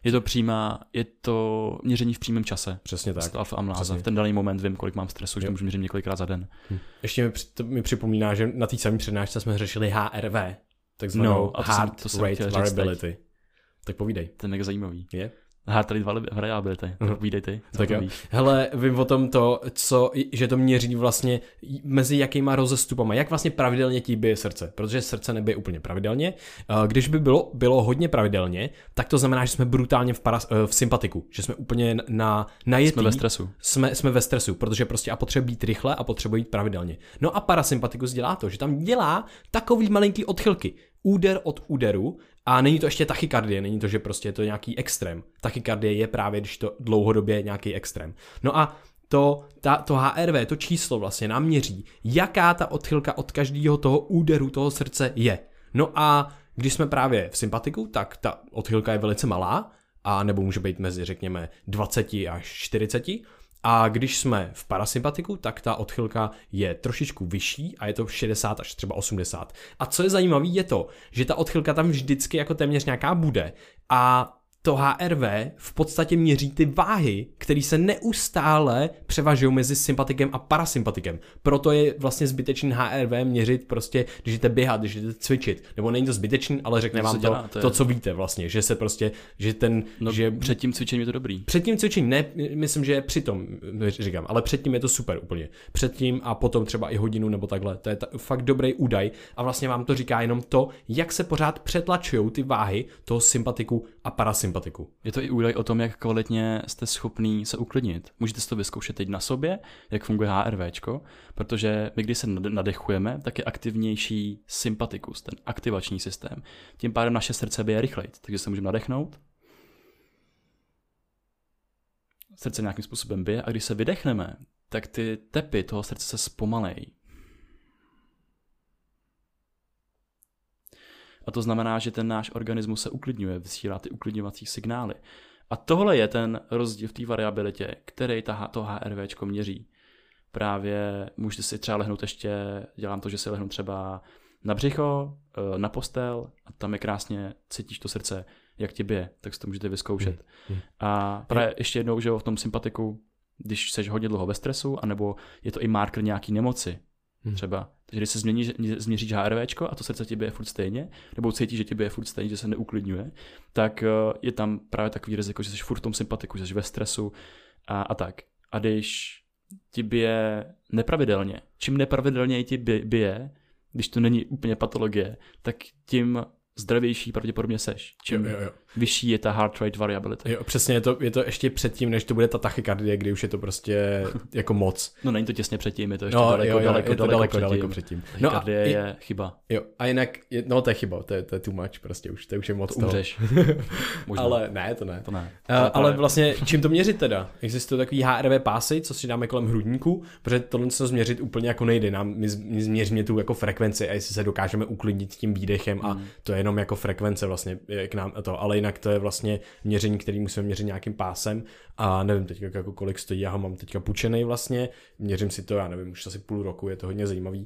Je to měření v přímém čase. Přesně tak. Alfa-amyláza. V ten daný moment vím, kolik mám stresu, že můžu měřit několikrát za den. Ještě mi připomíná, že na té samé přednášce jsme řešili HRV, takzvanou Heart Rate Variability. Tak povídej. To je mega zajímavý. Je? Heart Rate Variability. Povídej ty. Tak jo. Hele, vím o tom že to měří vlastně mezi jakýma rozestupama, jak vlastně pravidelně ti bije srdce, protože srdce nebije úplně pravidelně. Když by bylo hodně pravidelně, tak to znamená, že jsme brutálně v sympatiku, že jsme úplně najetí. Jsme ve stresu. Jsme ve stresu, protože prostě a potřebuje být rychle a potřebuje jít pravidelně. No a parasympatikus dělá to, že tam dělá takový malinký odchylky. Úder od úderu a není to ještě tachykardie, není to, že prostě je to nějaký extrém. Tachykardie je právě, když to dlouhodobě je nějaký extrém. No a to HRV, to číslo vlastně nám měří, jaká ta odchylka od každého toho úderu toho srdce je. No a když jsme právě v sympatiku, tak ta odchylka je velice malá, a nebo může být mezi, řekněme, 20 až 40. A když jsme v parasympatiku, tak ta odchylka je trošičku vyšší a je to 60 až třeba 80. A co je zajímavé je to, že ta odchylka tam vždycky jako téměř nějaká bude a to HRV v podstatě měří ty váhy, které se neustále převažují mezi sympatikem a parasympatikem. Proto je vlastně zbytečný HRV měřit prostě, když jdete běhat, když jdete cvičit. Nebo není to zbytečný, ale řekne vám to, co víte vlastně, že se prostě, že ten... že před tím cvičením je to dobrý. Před tím cvičením, ne, myslím, že při tom, říkám, ale předtím je to super úplně. Předtím a potom třeba i hodinu nebo takhle. To je fakt dobrý údaj a vlastně vám to říká jenom to, jak se pořád přetlačují ty váhy toho sympatiku a parasympatiku. Je to i údaj o tom, jak kvalitně jste schopný se uklidnit. Můžete si to vyzkoušet teď na sobě, jak funguje HRVčko, protože my, když se nadechujeme, tak je aktivnější sympatikus, ten aktivační systém. Tím pádem naše srdce bije rychleji, takže se můžeme nadechnout. Srdce nějakým způsobem bije a když se vydechneme, tak ty tepy toho srdce se zpomalejí. A to znamená, že ten náš organismus se uklidňuje, vysílá ty uklidňovací signály. A tohle je ten rozdíl v té variabilitě, který to HRVčko měří. Právě můžete si třeba lehnout ještě, dělám to, že si lehnu třeba na břicho, na postel a tam je krásně, cítíš to srdce, jak ti bije, tak si to můžete vyzkoušet. A právě ještě jednou, že v tom sympatiku, když jsi hodně dlouho ve stresu, anebo je to i marker nějaký nemoci, třeba. Takže když se změříš HRVčko a to srdce ti bije furt stejně, nebo cítíš, že ti bije furt stejně, že se neuklidňuje, tak je tam právě takový riziko, že jsi furt v tom sympatiku, že jsi ve stresu a tak. A když ti bije nepravidelně, čím nepravidelněji ti bije, když to není úplně patologie, tak tím zdravější pravděpodobně seš. Čím vyšší je ta heart rate variability. Jo, přesně, je to ještě předtím, než to bude ta tachykardie, kdy už je to prostě jako moc. No není to těsně předtím, je to ještě daleko předtím. Tachykardie je chyba. Jo, a jinak, to je chyba, to je too much, prostě to už je moc toho. Umřeš. Ale ne, to ne. Ale vlastně, čím to měřit teda? Existují takový HRV pásy, co si dáme kolem hrudníku, protože tohle se změřit úplně jako nejde. My změříme tu jako frekvenci a jestli se dokážeme uklidnit tím výdechem a to je jenom jako frekvence vlastně k nám to, ale jinak to je vlastně měření, který musíme měřit nějakým pásem a nevím teď jako kolik stojí, já ho mám teďka půjčenej vlastně, měřím si to, já nevím, už asi půl roku, je to hodně zajímavý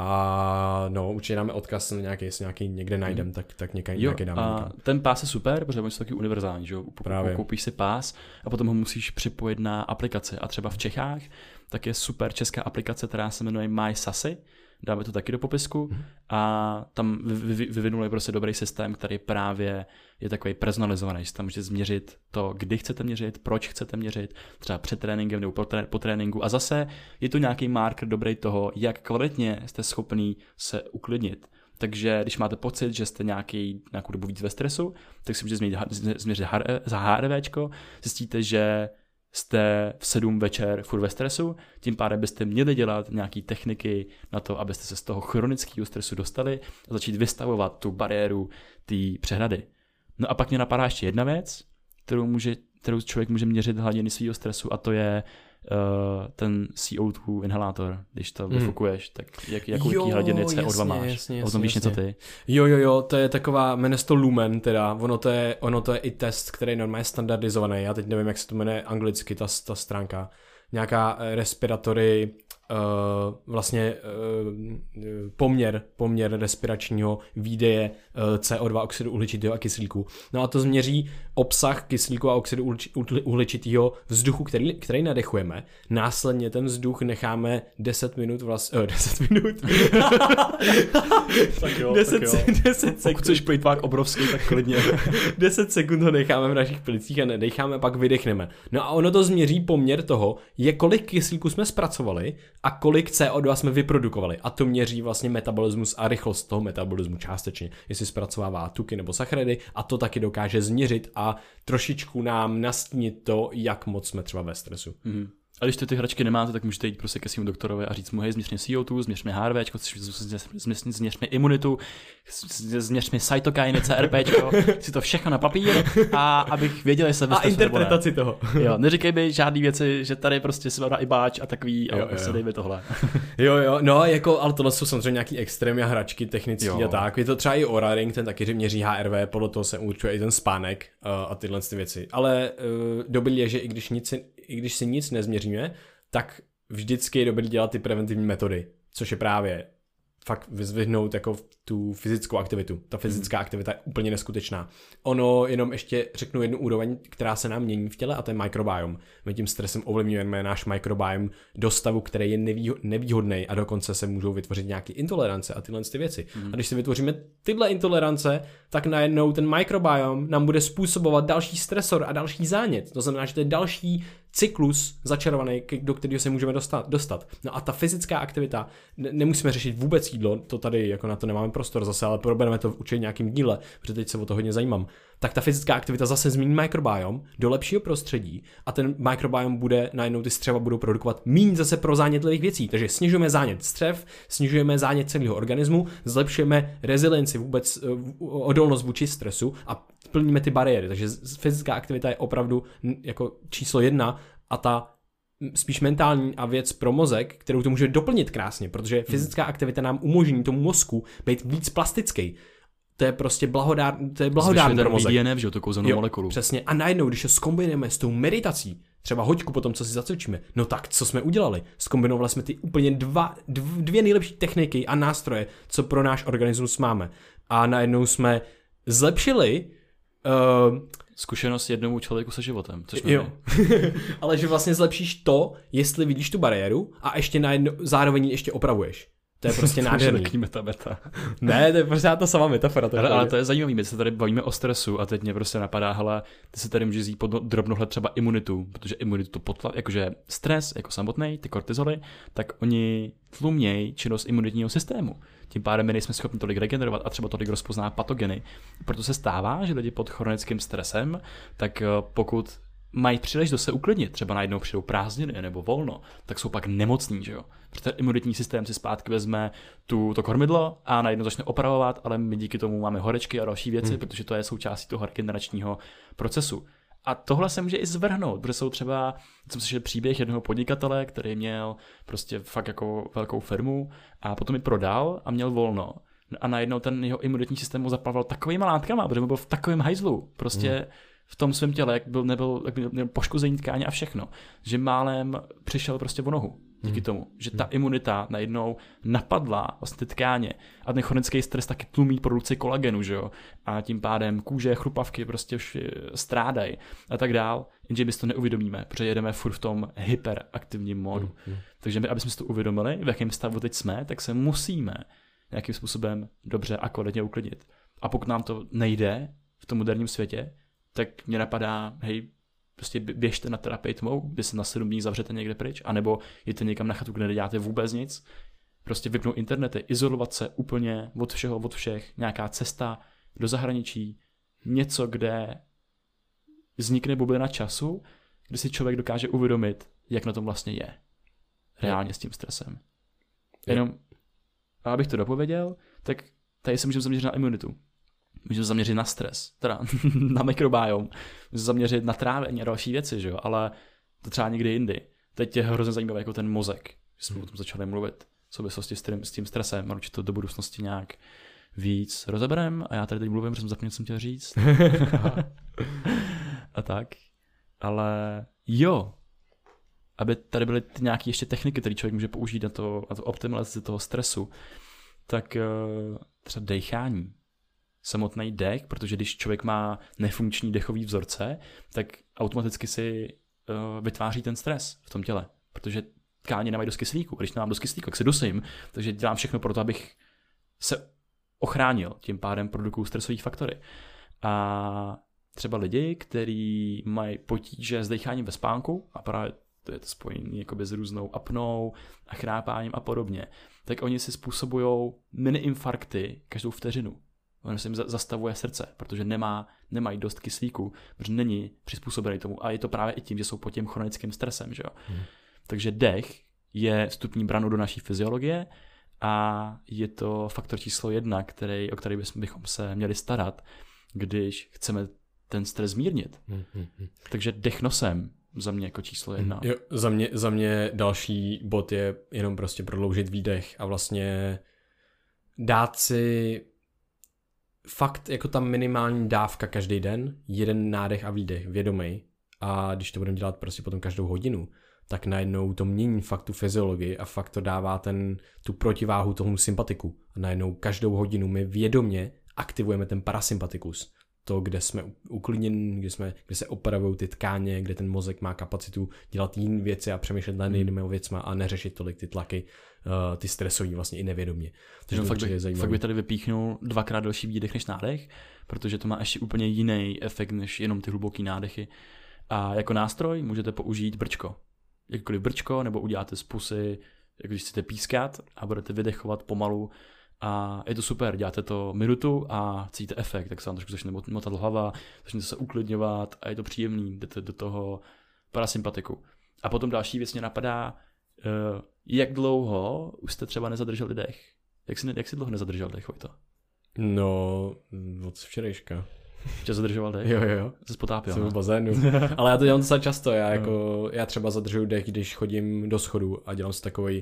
a no, určitě dáme odkaz na jestli nějaký někde najdem, tak nějaký dáme. A ten pás je super, protože on je taky univerzální, že jo? Koupíš si pás a potom ho musíš připojit na aplikaci a třeba v Čechách tak je super česká aplikace, která se jmenuje MySasy. Dáme to taky do popisku a tam vyvinuli prostě dobrý systém, který právě je takový personalizovaný, že tam můžete změřit to, kdy chcete měřit, proč chcete měřit, třeba před tréninkem nebo po tréninku a zase je to nějaký marker dobrý toho, jak kvalitně jste schopný se uklidnit. Takže když máte pocit, že jste nějakou dobu víc ve stresu, tak si můžete změřit HRVčko, zjistíte, že jste v 7 večer furt ve stresu, tím pádem byste měli dělat nějaké techniky na to, abyste se z toho chronického stresu dostali a začít vystavovat tu bariéru té přehrady. No a pak mě napadá ještě jedna věc, kterou člověk může měřit hladiny svého stresu a to je ten CO2 inhalátor, když to vyfukuješ, tak jakou hladiny CO2 máš? Jasně, o tom víš něco ty? Jo, to je taková, jmenuje to lumen teda, ono to je i test, který normálně je standardizovaný, já teď nevím, jak se to jmenuje anglicky, ta stránka, nějaká respiratory, vlastně poměr respiračního výdeje CO2, oxidu uhličitého a kyslíku. No a to změří obsah kyslíku a oxidu uhličitého vzduchu, který nadechujeme. Následně ten vzduch necháme 10 minut tak jo. 10 sekund. Pokud chceš plýtvák obrovský, tak klidně. 10 sekund ho necháme v našich plicích a nedecháme, pak vydechneme. No a ono to změří poměr toho, kolik kyslíku jsme zpracovali a kolik CO2 jsme vyprodukovali. A to měří vlastně metabolismus a rychlost toho metabolismu částečně. Jestli zpracovává tuky nebo sacharidy a to taky dokáže změřit a trošičku nám nastínit to, jak moc jsme třeba ve stresu. A když ty hračky nemáte, tak můžete jít prostě ke svým doktorovi a říct mu, hej, změř mě CO2, změř mě HRVčko, změř mě imunitu, změř mě cytokiny, CRPčko, si to všechno na papír a abych věděl, jestli ve stresu. A interpretaci toho. Jo, neříkej mi žádný věci, že tady prostě si dá i báč a takový, a prostě dej mi tohle. Jo, no jako, ale tohle jsou samozřejmě nějaký extrémy a hračky technický a tak. Je to třeba i Oura Ring, ten taky měří HRV, podle toho se určuje i ten spánek a tyhle ty věci. Ale dobrý je, že i když si nic nezměříme, tak vždycky je dobrý dělat ty preventivní metody, což je právě fakt vyzvihnout jako tu fyzickou aktivitu. Ta fyzická aktivita je úplně neskutečná. Ono, jenom ještě řeknu jednu úroveň, která se nám mění v těle, a to je microbiome. My tím stresem ovlivňujeme náš microbiome do stavu, který je nevýhodný, a dokonce se můžou vytvořit nějaké intolerance a tyhle ty věci. A když si vytvoříme tyhle intolerance, tak najednou ten microbiome nám bude způsobovat další stresor a další zánět. To znamená, že to je další cyklus začarovaný, do kterého se můžeme dostat. No a ta fyzická aktivita, nemusíme řešit vůbec jídlo, to tady jako na to nemáme prostor zase, ale probereme to v určitě nějakým díle, protože teď se o to hodně zajímám. Tak ta fyzická aktivita zase změní microbiome do lepšího prostředí a ten microbiome bude, najednou ty střeva budou produkovat míň zase pro zánětlivých věcí. Takže snižujeme zánět střev, snižujeme zánět celého organismu, zlepšujeme rezilienci, vůbec odolnost vůči stresu a plníme ty bariéry. Takže fyzická aktivita je opravdu jako číslo 1 a ta spíš mentální a věc pro mozek, kterou to může doplnit krásně, protože fyzická aktivita nám umožní tomu mozku být víc plastický. To je prostě blahodárný pro mozek. DNF, že tu kouzelnou molekulu. Přesně. A najednou, když se zkombinujeme s tou meditací, třeba hoďku po tom, co si zacvičíme, no tak co jsme udělali? Zkombinovali jsme ty úplně dvě nejlepší techniky a nástroje, co pro náš organismus máme. A najednou jsme zlepšili zkušenost jednomu člověku se životem. Což jo. Ale že vlastně zlepšíš to, jestli vidíš tu bariéru a ještě zároveň ještě opravuješ. To je prostě nádherný. Meta. Ne, to je prostě ta samá metafora. Ale to je zajímavý, my se tady bavíme o stresu a teď mě prostě napadá, hele, ty se tady můžeš jít pod drobnohled třeba imunitu, protože imunitu to jakože stres jako samotný, ty kortizoly, tak oni tlumějí činnost imunitního systému. Tím pádem my nejsme schopni tolik regenerovat a třeba tolik rozpozná patogeny. Proto se stává, že lidi pod chronickým stresem, tak pokud mají příležitost se uklidnit, třeba najednou přijdou prázdniny nebo volno, tak jsou pak nemocní, že jo. Protože ten imunitní systém si zpátky vezme to kormidlo a najednou začne opravovat, ale my díky tomu máme horečky a další věci, protože to je součástí toho regeneračního procesu. A tohle se může i zvrhnout, protože jsou třeba, jsem slyšel příběh jednoho podnikatele, který měl prostě fakt jako velkou firmu a potom ji prodal a měl volno. A najednou ten jeho imunitní systém mu zaplavil takovýma látkama, protože byl v takovém hajzlu. Prostě v tom svém těle, jak měl poškození tkáně a všechno, že málem přišel prostě o nohu díky tomu, že ta imunita najednou napadla vlastně ty tkáně a ten chronický stres taky tlumí produkci kolagenu, že jo, a tím pádem kůže, chrupavky prostě už strádají a tak dál, jenže my si to neuvědomíme, protože jedeme furt v tom hyperaktivním módu. Takže my, aby jsme si to uvědomili, v jakém stavu teď jsme, tak se musíme nějakým způsobem dobře a kvalitně uklidnit. A pokud nám to nejde v tom moderním světě, tak mě napadá, hej, prostě běžte na terapii tmou, kde se na 7 dní zavřete někde pryč, anebo jděte někam na chatu, kde neděláte vůbec nic, prostě vypnout internety, izolovat se úplně od všeho, od všech, nějaká cesta do zahraničí, něco, kde vznikne bublina času, kde si člověk dokáže uvědomit, jak na tom vlastně je. Reálně s tím stresem. Jenom, a abych to dopověděl, tak tady se můžeme zaměřit na imunitu. Můžeme zaměřit na stres, teda na mikrobiom, můžeme zaměřit na trávení a další věci, že jo? Ale to třeba někdy jindy. Teď je hrozně zajímavé jako ten mozek, že jsme o tom začali mluvit v souvislosti s tím stresem a určitě to do budoucnosti nějak víc rozeberem a já tady teď mluvím, protože jsem zapomněl, co jsem chtěl říct. A tak. Ale jo, aby tady byly nějaké ještě techniky, které člověk může použít na to optimalizaci toho stresu, tak třeba dechání. Samotný dech, protože když člověk má nefunkční dechový vzorce, tak automaticky si vytváří ten stres v tom těle, protože tkáně nemají dost kyslíku. Když nemám dost kyslíku, tak se dusím, takže dělám všechno pro to, abych se ochránil, tím pádem produkuju stresové faktory. A třeba lidi, kteří mají potíže s decháním ve spánku a právě to je to spojení jakoby s různou apnou a chrápáním a podobně, tak oni si způsobují mini infarkty každou vteřinu. On se jim zastavuje srdce, protože nemají dost kyslíku, protože není přizpůsobený tomu. A je to právě i tím, že jsou pod tím chronickým stresem. Že jo? Takže dech je vstupní branou do naší fyziologie a je to faktor číslo 1, o který bychom se měli starat, když chceme ten stres zmírnit. Takže dech nosem za mě jako číslo 1. Jo, za mě další bod je jenom prostě prodloužit výdech a vlastně dát si fakt jako ta minimální dávka každý den, jeden nádech a výdech, vědomý. A když to budeme dělat prostě potom každou hodinu, tak najednou to mění fakt tu fyziologii a fakt to dává tu protiváhu tomu sympatiku. A najednou každou hodinu my vědomě aktivujeme ten parasympatikus. To, kde jsme uklidněni, kde se opravují ty tkáně, kde ten mozek má kapacitu dělat jiné věci a přemýšlet nad jinými věcma a neřešit tolik ty tlaky, ty stresový vlastně i nevědomě. Takže fakt by tady vypíchnul 2x delší výdech než nádech, protože to má ještě úplně jiný efekt než jenom ty hluboký nádechy. A jako nástroj můžete použít brčko. Jakkoliv brčko, nebo uděláte z pusy, jako když chcete pískat a budete vydechovat pomalu. A je to super, děláte to minutu a cítíte efekt, tak se vám trošku začne motat hlava, začnete se uklidňovat a je to příjemný, jdete do toho parasympatiku. A potom další věc mě napadá, jak dlouho už jste třeba nezadrželi dech? Jak jsi dlouho nezadržel dech, Vojto? No, od včerejška. Že zadržoval dech? Jo. Jsi potápěl. Jsem v bazénu. Ale já to dělám docela často. Já třeba zadržuju dech, když chodím do schodu a dělám si takovej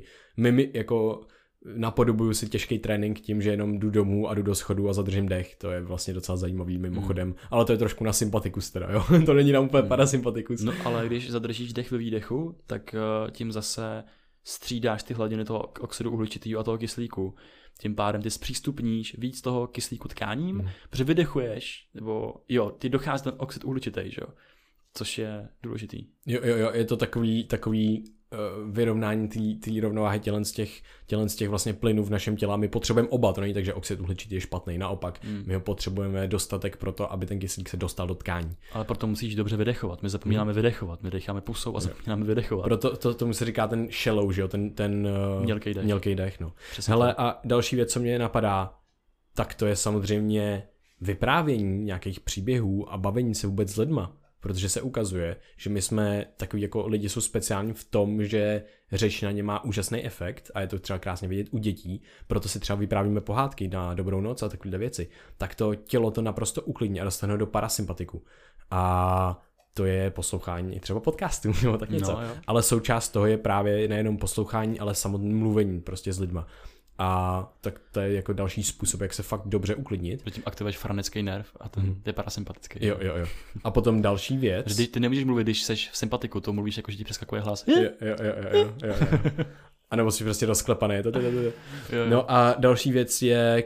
napodobuju si těžký trénink tím, že jenom jdu domů a jdu do schodu a zadržím dech. To je vlastně docela zajímavý mimochodem. Ale to je trošku na sympatikus teda, jo. To není na úplně parasympatikus. No ale když zadržíš dech ve výdechu, tak tím zase střídáš ty hladiny toho oxidu uhličitého a toho kyslíku. Tím pádem ty zpřístupníš víc toho kyslíku tkáním, protože vydechuješ, nebo ty dochází ten oxid uhličitý, že jo. Což je důležitý. Jo, je to takový vyrovnání té rovnováhy tělen z těch vlastně plynů v našem těle. My potřebujeme oba, to není tak, že oxid uhličitý je špatný, naopak. My ho potřebujeme dostatek pro to, aby ten kyslík se dostal do tkání. Ale proto musíš dobře vydechovat. My zapomínáme vydechovat, my decháme pusou a zapomínáme vydechovat. Proto tomu se říká ten shallow, že jo, ten mělký dech, no. Hele, a další věc, co mě napadá, tak to je samozřejmě vyprávění nějakých příběhů a bavení se vůbec s lidma. Protože se ukazuje, že my jsme takový jako lidi jsou speciální v tom, že řeč na ně má úžasný efekt a je to třeba krásně vidět u dětí, proto si třeba vyprávíme pohádky na dobrou noc a takovéhle věci. Tak to tělo to naprosto uklidní a dostane do parasympatiku. A to je poslouchání i třeba podcastů nebo tak něco. No, ale součást toho je právě nejenom poslouchání, ale samotné mluvení prostě s lidma. A tak to je jako další způsob, jak se fakt dobře uklidnit. Tím aktivuješ franický nerv a ten je parasympatický. Jo. A potom další věc. Ty nemůžeš mluvit, když seš v sympatiku, to mluvíš jako, že ti přeskakuje hlas. Jo. A nebo jsi prostě rozklepaný. No a další věc je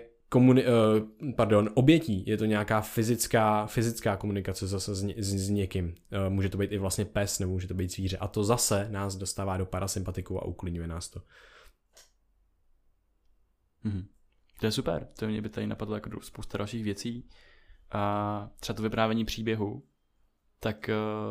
obětí. Je to nějaká fyzická komunikace zase s někým. Může to být i vlastně pes, nebo může to být zvíře. A to zase nás dostává do parasympatiku a uklidňuje nás to. To je super, to mě by tady napadlo jako spousta dalších věcí a třeba to vyprávění příběhu, tak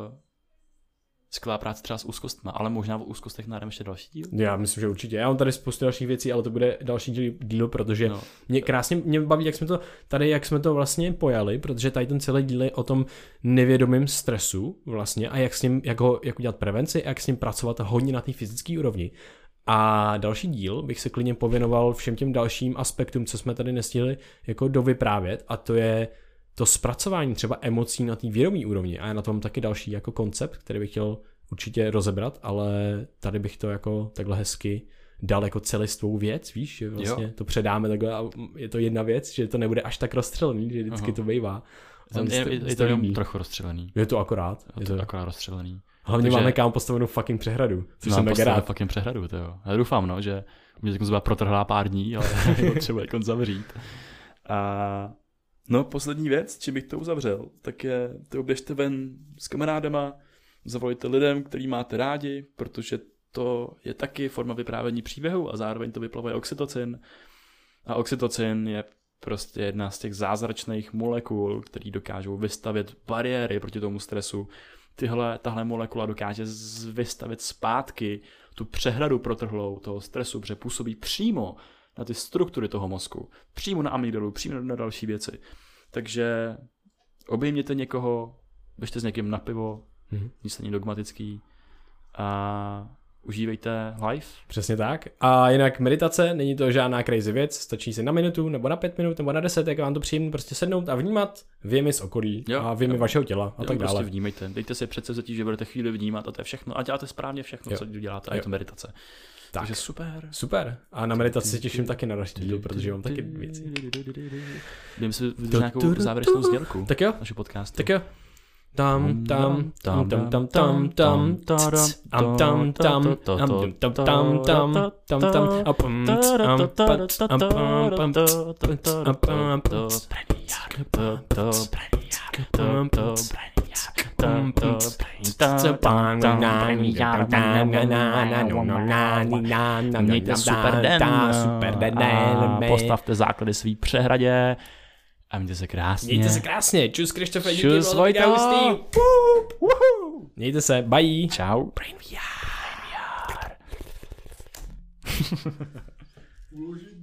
skvělá práce třeba s úzkostma, ale možná v úzkostech nájdeme ještě další díl. Já myslím, že určitě. Já mám tady spoustu dalších věcí, ale to bude další díl, protože mě baví, jak jsme to vlastně pojali, protože tady ten celý díl je o tom nevědomém stresu vlastně a jak udělat prevenci a jak s ním pracovat hodně na té fyzické úrovni. A další díl bych se klidně pověnoval všem těm dalším aspektům, co jsme tady nestihli jako dovyprávět, a to je to zpracování třeba emocí na té vědomí úrovni. A já na tom taky další jako koncept, který bych chtěl určitě rozebrat, ale tady bych to jako takhle hezky dal jako celistvou věc, víš, že vlastně to předáme takhle a je to jedna věc, že to nebude až tak rozstřelený, že vždycky to bývá. Je to jenom trochu rozstřelený. Je to akorát. Je to akorát rozstřelený. Hlavně máme kam postavenou fucking přehradu. Což jsem mega rád. Fucking přehradu, to jo. Já doufám, že mě teď byla protrhlá pár dní, ale třeba jako zavřít. A poslední věc, čím bych to uzavřel, tak je, to běžte ven s kamarádama, zavolejte lidem, který máte rádi, protože to je taky forma vyprávění příběhu a zároveň to vyplavuje oxytocin. A oxytocin je prostě jedna z těch zázračných molekul, který dokážou vystavět bariéry proti tomu stresu. Tahle molekula dokáže vystavit zpátky tu přehradu protrhlou toho stresu, protože působí přímo na ty struktury toho mozku, přímo na amygdalu, přímo na další věci. Takže obejměte někoho, běžte s někým na pivo, nic není dogmatický a užívejte life. Přesně tak. A jinak meditace, není to žádná crazy věc, stačí si na minutu, nebo na 5 minut, nebo na 10, jak vám to příjemné, prostě sednout a vnímat věmy z okolí a věmy vašeho těla a tak dále. Prostě vnímejte, dejte si předsevzetí, že budete chvíli vnímat a to je všechno a děláte správně všechno, co děláte a je to meditace. Tak. Takže super. Super. A na meditaci se těším taky na další díl, protože mám taky věci. Jdeme si vydržet nějakou závěrečnou sdělku. Tak jo. Naše podcastu. Tak jo. tam tam tam tam tam tam tam tam tam tam tam tam tam tam tam a pum Mějte super den, postavte základy svý přehradě a mějte se krásně. Mějte se krásně, čus Krištofe, díky, Čus Vojta. Mějte se, bye. Čau. Brain VR.